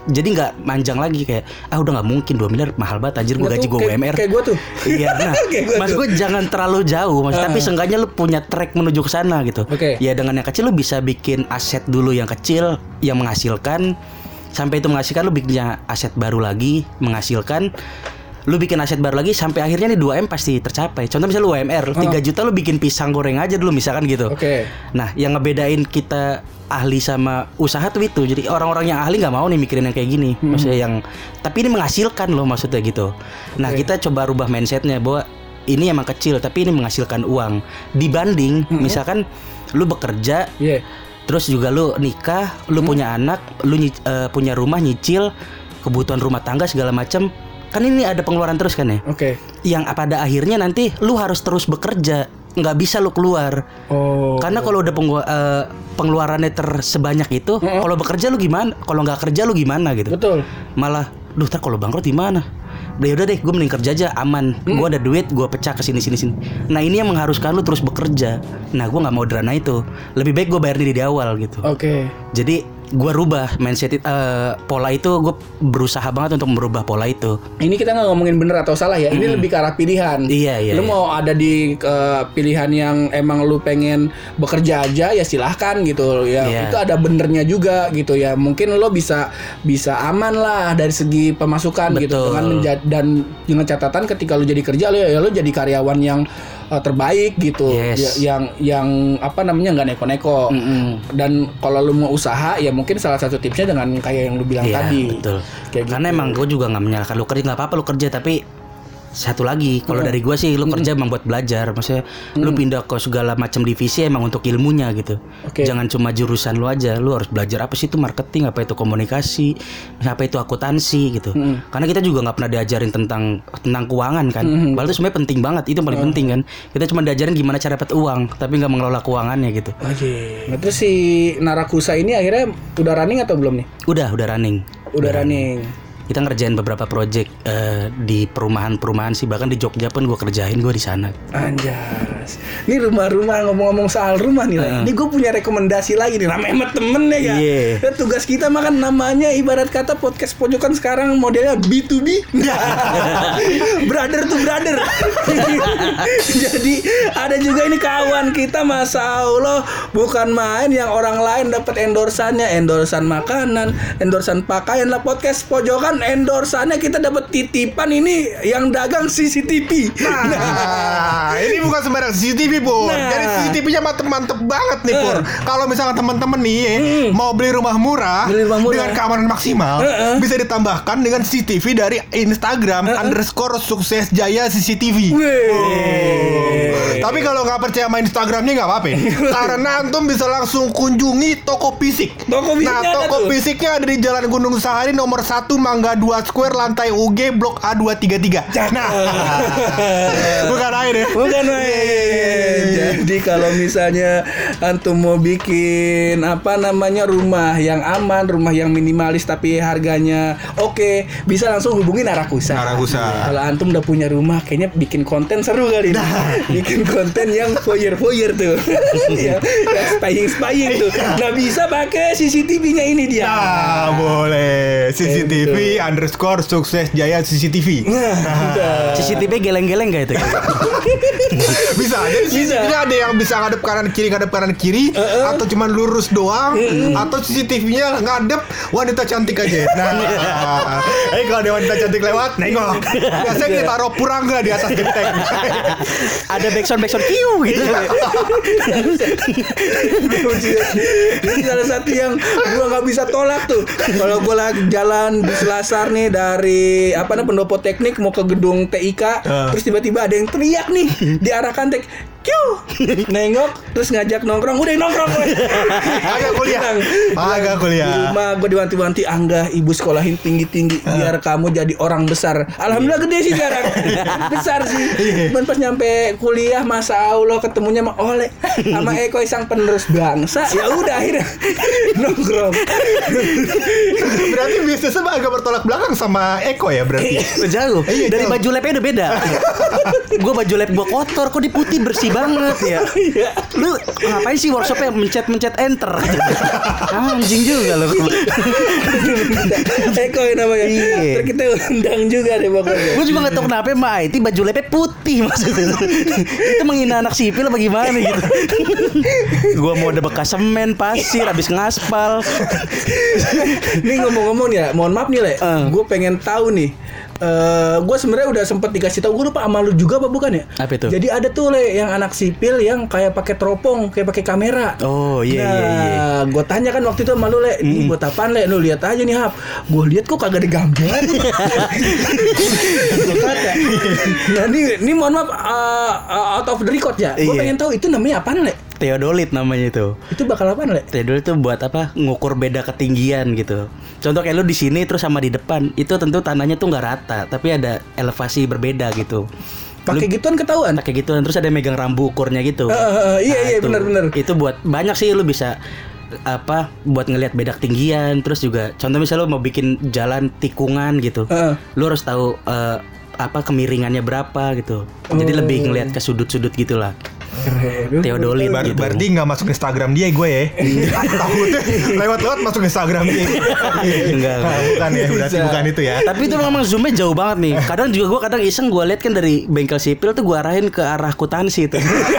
[SPEAKER 3] jadi nggak manjang lagi kayak ah udah nggak mungkin dua miliar mahal banget anjir gue gaji gue U M R.
[SPEAKER 1] Kayak gue tuh.
[SPEAKER 3] Iya, nah, maksud gue jangan terlalu jauh, maksud, uh. tapi seenggaknya lu punya track menuju ke sana gitu.
[SPEAKER 1] Oke.
[SPEAKER 3] Ya dengan yang kecil lu bisa bikin aset dulu yang kecil yang menghasilkan, sampai itu menghasilkan lu bikin aset baru lagi menghasilkan. Lu bikin aset baru lagi sampai akhirnya nih dua M pasti tercapai. Contoh misalnya lu U M R tiga juta, lu bikin pisang goreng aja dulu misalkan gitu.
[SPEAKER 1] Oke.
[SPEAKER 3] Nah, yang ngebedain kita ahli sama usaha tuh itu. Jadi orang-orang yang ahli nggak mau nih mikirin yang kayak gini. Hmm. Maksudnya yang tapi ini menghasilkan loh maksudnya gitu. Nah, okay. kita coba rubah mindsetnya bahwa ini emang kecil tapi ini menghasilkan uang. Dibanding hmm. misalkan lu bekerja, yeah. terus juga lu nikah, lu hmm. punya anak, lu uh, punya rumah nyicil, kebutuhan rumah tangga segala macam. Kan ini ada pengeluaran terus kan ya.
[SPEAKER 1] Oke. Okay.
[SPEAKER 3] Yang pada akhirnya nanti lu harus terus bekerja, nggak bisa lu keluar.
[SPEAKER 1] Oh.
[SPEAKER 3] Karena kalau udah penggu- uh, pengeluarannya tersebanyak itu, mm-hmm. kalau bekerja lu gimana? Kalau nggak kerja lu gimana gitu?
[SPEAKER 1] Betul.
[SPEAKER 3] Malah, duh, ntar kalau bangkrut gimana? Ya udah deh, gue mending kerja aja aman. Mm. Gue ada duit, gue pecah ke sini sini sini. Nah ini yang mengharuskan lu terus bekerja. Nah gue nggak mau drana itu. Lebih baik gue bayar diri di awal gitu.
[SPEAKER 1] Oke. Okay.
[SPEAKER 3] Jadi gue rubah mindset uh, pola itu, gue berusaha banget untuk merubah pola itu.
[SPEAKER 1] Ini kita nggak ngomongin bener atau salah ya, ini hmm. lebih ke arah pilihan.
[SPEAKER 3] Iya iya.
[SPEAKER 1] Lu
[SPEAKER 3] iya.
[SPEAKER 1] mau ada di uh, pilihan yang emang lu pengen bekerja aja ya silahkan gitu ya. Iya. Itu ada benernya juga gitu ya. Mungkin lo bisa bisa aman lah dari segi pemasukan. Betul. Gitu dengan menja- dan dengan catatan ketika lu jadi kerja lo ya lu jadi karyawan yang uh, terbaik gitu.
[SPEAKER 3] Yes.
[SPEAKER 1] Ya, yang yang apa namanya nggak neko-neko. Mm-hmm. Dan kalau lu mau usaha ya mungkin salah satu tipsnya dengan kayak yang lu bilang
[SPEAKER 3] yeah,
[SPEAKER 1] tadi.
[SPEAKER 3] Betul.
[SPEAKER 1] Kayak
[SPEAKER 3] karena gitu. Emang gue juga nggak menyalahkan lu kerja, nggak apa-apa lu kerja, tapi satu lagi kalau hmm. dari gue sih lu hmm. kerja emang buat belajar, maksudnya hmm. lu pindah ke segala macam divisi emang untuk ilmunya gitu. Okay. Jangan cuma jurusan lu aja, lu harus belajar apa sih itu marketing, apa itu komunikasi, apa itu akuntansi gitu. Hmm. Karena kita juga nggak pernah diajarin tentang tentang keuangan kan. Hmm. Padahal itu sebenarnya penting banget, itu paling hmm. penting kan. Kita cuma diajarin gimana cara dapat uang, tapi nggak mengelola keuangannya gitu.
[SPEAKER 1] Oke. Okay. Nah, terus si Narakusa ini akhirnya udah running atau belum nih?
[SPEAKER 3] Udah, udah running.
[SPEAKER 1] Udah, udah running.
[SPEAKER 3] Kita ngerjain beberapa project uh, di perumahan-perumahan sih, bahkan di Jogja pun gue kerjain, gue di sana.
[SPEAKER 1] Anjas. Ini rumah-rumah, ngomong-ngomong soal rumah nih, uh. ini gue punya rekomendasi lagi nih, namanya temen ya kan. Yeah. Tugas kita mah kan namanya ibarat kata podcast pojokan sekarang modelnya B to B. Brother to brother. Jadi ada juga ini kawan kita, Masya Allah, bukan main yang orang lain dapat endorsannya, endorsan makanan, endorsan pakaian lah. Podcast pojokan endorsannya kita dapat titipan ini yang dagang C C T V. Nah,
[SPEAKER 2] nah ini bukan sembarang C C T V, Pur. Nah. Jadi C C T V-nya mantep-mantep banget nih, Pur. Uh. Kalau misalnya teman-teman nih hmm. mau beli rumah murah, beli rumah murah dengan keamanan maksimal, uh-uh. bisa ditambahkan dengan C C T V dari Instagram uh-uh. underscore sukses jaya C C T V. Oh. Tapi kalau nggak percaya sama Instagramnya nggak apa-apa, karena antum bisa langsung kunjungi toko fisik.
[SPEAKER 1] Toko
[SPEAKER 2] nah, toko fisiknya ada di Jalan Gunung Sahari nomor satu Mangga dua Square, lantai U G, blok A dua tiga tiga. Nah, bukan main ya.
[SPEAKER 1] Bukan main. Jadi kalau misalnya antum mau bikin apa namanya rumah yang aman, rumah yang minimalis tapi harganya oke, okay, bisa langsung hubungi Narakusa.
[SPEAKER 2] Narakusa.
[SPEAKER 1] Kalau antum udah punya rumah, kayaknya bikin konten seru kali ini. Nah. Bikin konten yang foyer-foyer tuh. yang, yang spying-spying tuh. Nah, bisa pakai C C T V-nya ini dia.
[SPEAKER 2] Nah, boleh. C C T V underscore sukses jaya C C T V.
[SPEAKER 3] Nah, C C T V geleng-geleng gak itu?
[SPEAKER 2] Bisa. Jadi C C T V-nya ada yang bisa ngadep kanan kiri, ngadep kanan kiri, uh-uh. atau cuma lurus doang, uh-uh. atau C C T V-nya ngadep wanita cantik aja. Nah, eh kalau ada wanita cantik lewat, nengok. Biasanya kita taruh purangga di atas genteng.
[SPEAKER 3] Ada backsound backsound kiu gitu.
[SPEAKER 1] Ini salah satu yang gua nggak bisa tolak tuh. Kalau gua lagi jalan di Selasar nih dari apa namanya pendopo teknik mau ke gedung T I K, uh. terus tiba-tiba ada yang teriak nih di arah kantek. Kiu, nengok terus ngajak nongkrong, udah nongkrong gue.
[SPEAKER 2] Agak kuliah, agak kuliah.
[SPEAKER 1] Di rumah gue diwanti-wanti, Angga ibu sekolahin tinggi-tinggi biar kamu jadi orang besar. Alhamdulillah gede sih sekarang, besar sih. Dan pas nyampe kuliah, Masya Allah ketemunya sama Oleh, sama Eko sang penerus bangsa. Ya udah akhirnya nongkrong.
[SPEAKER 2] Berarti bisnisnya agak bertolak belakang sama Eko ya berarti.
[SPEAKER 3] Jauh. Dari baju labnya udah beda. Gue baju lab gue kotor, kok di putih bersih banget ya. Lu ngapain sih workshopnya mencet-mencet enter? Anjing juga lo.
[SPEAKER 1] Eko yang namanya. Terus kita undang juga deh pokoknya.
[SPEAKER 3] Gue juga gak tau kenapa Ma I T baju lepnya putih maksudnya. Itu menghina anak sipil apa gimana gitu. Gue mau ada bekas semen, pasir, habis ngaspal.
[SPEAKER 1] Nih ngomong-ngomong ya, mohon maaf nih Le,
[SPEAKER 3] Uh.
[SPEAKER 1] gue pengen tahu nih. Uh, gue sebenarnya udah sempet dikasih tahu, gue lupa sama lu juga apa bukan ya?
[SPEAKER 3] Apa itu?
[SPEAKER 1] Jadi ada tuh Le yang anak sipil yang kayak pakai teropong, kayak pakai kamera.
[SPEAKER 3] Oh iya
[SPEAKER 1] nah,
[SPEAKER 3] iya iya.
[SPEAKER 1] Gue tanya kan waktu itu sama lu Le, ini buat apaan Le? Lu lihat aja nih Hap. Gue lihat kok kagak ada gambar. Gua kata, nah ini, ini mohon maaf uh, uh, out of the record ya. Gue
[SPEAKER 3] Iya.
[SPEAKER 1] pengen tahu itu namanya apaan Le?
[SPEAKER 3] Theodolit namanya itu.
[SPEAKER 1] Itu bakal apaan Le?
[SPEAKER 3] Theodolit itu buat apa? Ngukur beda ketinggian gitu. Contoh kayak lu di sini terus sama di depan, itu tentu tanahnya tuh nggak rata, tapi ada elevasi berbeda gitu.
[SPEAKER 1] Pakai
[SPEAKER 3] Lu-
[SPEAKER 1] gituan ketahuan.
[SPEAKER 3] Pakai gituan terus ada yang megang rambu ukurnya gitu.
[SPEAKER 1] Uh, uh, uh, iya iya
[SPEAKER 3] itu.
[SPEAKER 1] benar-benar.
[SPEAKER 3] Itu buat banyak sih lu bisa apa buat ngelihat beda ketinggian, terus juga contoh misalnya lu mau bikin jalan tikungan gitu.
[SPEAKER 1] Uh.
[SPEAKER 3] Lu harus tahu eh, apa kemiringannya berapa gitu. Jadi
[SPEAKER 1] Oh.
[SPEAKER 3] lebih ngelihat ke sudut-sudut gitulah.
[SPEAKER 1] Keren.
[SPEAKER 3] Theodolit
[SPEAKER 2] Bar-
[SPEAKER 3] gitu.
[SPEAKER 2] Berarti nggak masuk Instagram dia gue ya. Takutnya lewat-lewat masuk Instagram dia.
[SPEAKER 3] Enggak,
[SPEAKER 2] Nah, bukan ya, berarti
[SPEAKER 1] Bisa.
[SPEAKER 2] bukan itu ya.
[SPEAKER 3] Tapi itu memang zoomnya jauh banget nih. Kadang juga gue kadang iseng gue lihat kan dari bengkel sipil tuh gue arahin ke arah akuntansi itu.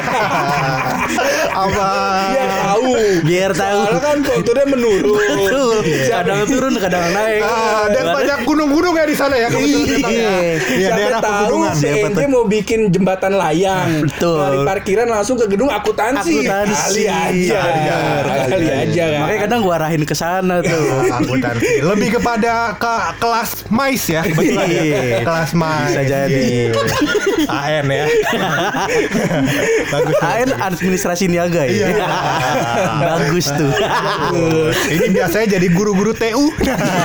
[SPEAKER 2] Apa?
[SPEAKER 1] Biar tahu.
[SPEAKER 3] Biar tahu.
[SPEAKER 1] Soalnya kan konturnya menurun.
[SPEAKER 3] Betul. Kadang turun, kadang naik.
[SPEAKER 2] Ah, dan banyak gunung-gunung ya di sana ya. kebetulan.
[SPEAKER 3] Iya.
[SPEAKER 2] Iya,
[SPEAKER 1] Siapa
[SPEAKER 2] daerah
[SPEAKER 1] tahu
[SPEAKER 2] pegunungan.
[SPEAKER 1] si
[SPEAKER 2] Daerah
[SPEAKER 1] Enje mau bikin jembatan layang.
[SPEAKER 3] Betul.
[SPEAKER 1] Dari parkiran langsung ke gedung akuntansi.
[SPEAKER 3] Akuntansi.
[SPEAKER 1] Kali aja.
[SPEAKER 2] Iya,
[SPEAKER 1] Kali aja kan.
[SPEAKER 3] Makanya kadang gue arahin ke sana tuh.
[SPEAKER 2] akuntansi. Lebih kepada ke kelas mais ya, kebetulan ya.
[SPEAKER 3] Iya.
[SPEAKER 2] Kelas mais.
[SPEAKER 3] Bisa jadi.
[SPEAKER 2] Iya. A N ya. Bagus.
[SPEAKER 3] A N administrasi niaga ya.
[SPEAKER 2] Iya.
[SPEAKER 3] Bagus tuh.
[SPEAKER 2] Ini biasanya jadi guru-guru T U.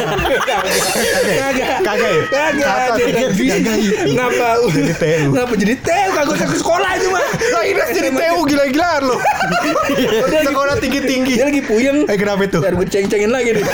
[SPEAKER 1] Kagak.
[SPEAKER 2] Kagak ya?
[SPEAKER 1] Kagak.
[SPEAKER 2] Kata
[SPEAKER 1] Dia-
[SPEAKER 2] dia bisa.
[SPEAKER 1] Kenapa?
[SPEAKER 2] Jadi T U.
[SPEAKER 1] Kenapa jadi T U? Kagak usah ke sekolah itu mah.
[SPEAKER 2] Lah ini jadi T U gila-gilaan loh. Sekolah tinggi-tinggi.
[SPEAKER 1] Dia lagi puyeng.
[SPEAKER 2] Eh kenapa itu?
[SPEAKER 1] Biar gue ceng-cengin lagi nih.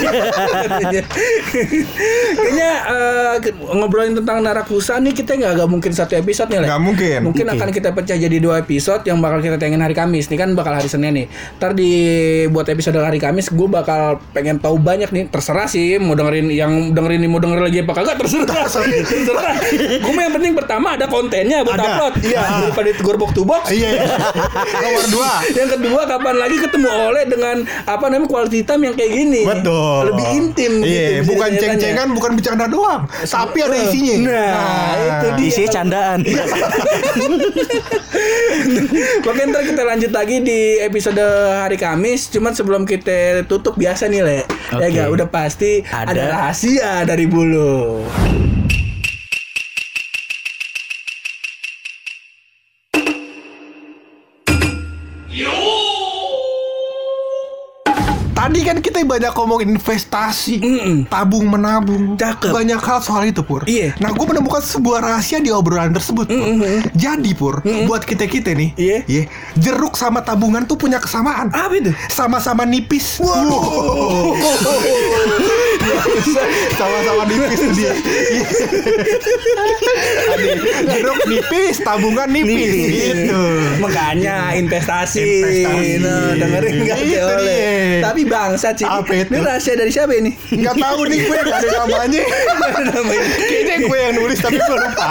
[SPEAKER 1] Kayaknya eh, ngobrolin tentang Narakusa nih kita nggak nggak mungkin satu episode nih Le.
[SPEAKER 2] Nggak mungkin.
[SPEAKER 1] Mungkin akan kita pecah jadi dua episode yang bakal kita tayangin hari Kamis. Nih kan bakal hari Senin nih. Ntar di buat episode hari Kamis gue bakal pengen tahu banyak nih. Terserah sih mau dengerin yang dengerin ini mau dengerin lagi apa kagak terserah. Terserah. Gue mah yang penting pertama ada kontennya buat
[SPEAKER 2] Ada.
[SPEAKER 1] upload. Iya daripada tegur box to box.
[SPEAKER 2] Iya. iya. Nomor dua.
[SPEAKER 1] Yang kedua kapan lagi ketemu Oleh dengan apa namanya quality time yang kayak gini.
[SPEAKER 2] Betul.
[SPEAKER 1] Lebih intim
[SPEAKER 2] Iya,
[SPEAKER 1] gitu,
[SPEAKER 2] bukan
[SPEAKER 1] bisa ditanya-tanya.
[SPEAKER 2] ceng-cengan, bukan bercanda doang, tapi ada isinya.
[SPEAKER 1] Nah, itu dia.
[SPEAKER 3] Isinya candaan.
[SPEAKER 1] Makanya ntar kita lanjut lagi di episode hari Kamis. Cuman sebelum kita tutup biasa nih Le. Ya
[SPEAKER 3] Oke.
[SPEAKER 1] gak udah pasti ada.
[SPEAKER 3] Ada.
[SPEAKER 1] rahasia dari Bulu.
[SPEAKER 2] Tadi kan kita banyak ngomong investasi,
[SPEAKER 1] Mm-mm.
[SPEAKER 2] tabung menabung,
[SPEAKER 1] Cakep.
[SPEAKER 2] banyak hal soal itu Pur.
[SPEAKER 1] Iya.
[SPEAKER 2] Nah, gue menemukan sebuah rahasia di obrolan tersebut. Pur. Jadi Pur, buat kita kita nih,
[SPEAKER 1] Iya.
[SPEAKER 2] iya, jeruk sama tabungan tuh punya kesamaan.
[SPEAKER 1] Apa itu?
[SPEAKER 2] Sama-sama nipis. Wow. Sama-sama nipis tuh dia. Iya. Tadi, jeruk nipis, tabungan nipis.
[SPEAKER 3] Nipis.
[SPEAKER 2] Gitu.
[SPEAKER 1] Makanya investasi.
[SPEAKER 2] Investasi.
[SPEAKER 1] Nah, dengerin nggak
[SPEAKER 2] Itu
[SPEAKER 1] Teh Oleh?
[SPEAKER 2] dia.
[SPEAKER 1] Tapi bangsat sih.
[SPEAKER 2] Apa itu?
[SPEAKER 1] Ini rahasia dari siapa ini?
[SPEAKER 2] Nggak tahu nih gue nggak ada namanya.
[SPEAKER 1] Nggak ada namanya.
[SPEAKER 2] Kayaknya gue yang nulis tapi gue lupa.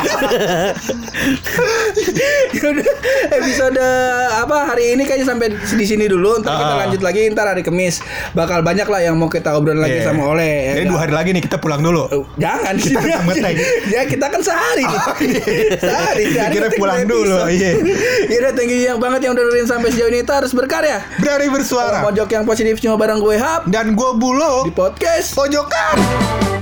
[SPEAKER 1] Yaudah, episode apa hari ini kayaknya sampai di sini dulu. Ntar kita
[SPEAKER 2] Ah.
[SPEAKER 1] lanjut lagi ntar hari Kamis. Bakal banyak lah yang mau kita obrolin lagi
[SPEAKER 2] Iya.
[SPEAKER 1] sama Oleh.
[SPEAKER 2] Jadi dua hari lagi nih kita pulang dulu.
[SPEAKER 1] Oh, jangan
[SPEAKER 2] Kita
[SPEAKER 1] sih.
[SPEAKER 2] ngetek.
[SPEAKER 1] Ya kita kan sehari nih. Sehari, sehari
[SPEAKER 2] Kira
[SPEAKER 1] ngetek
[SPEAKER 2] pulang
[SPEAKER 1] dua
[SPEAKER 2] dulu,
[SPEAKER 1] episode.
[SPEAKER 2] iya.
[SPEAKER 1] Ya udah, thank you yang banget yang udah dengerin sampai sejauh ini. Kita harus berkarya.
[SPEAKER 2] Berani bersuara.
[SPEAKER 1] Pojok yang positif cuma bareng gue Hap
[SPEAKER 2] Dan gue Bulo
[SPEAKER 1] di podcast
[SPEAKER 2] Pojokan.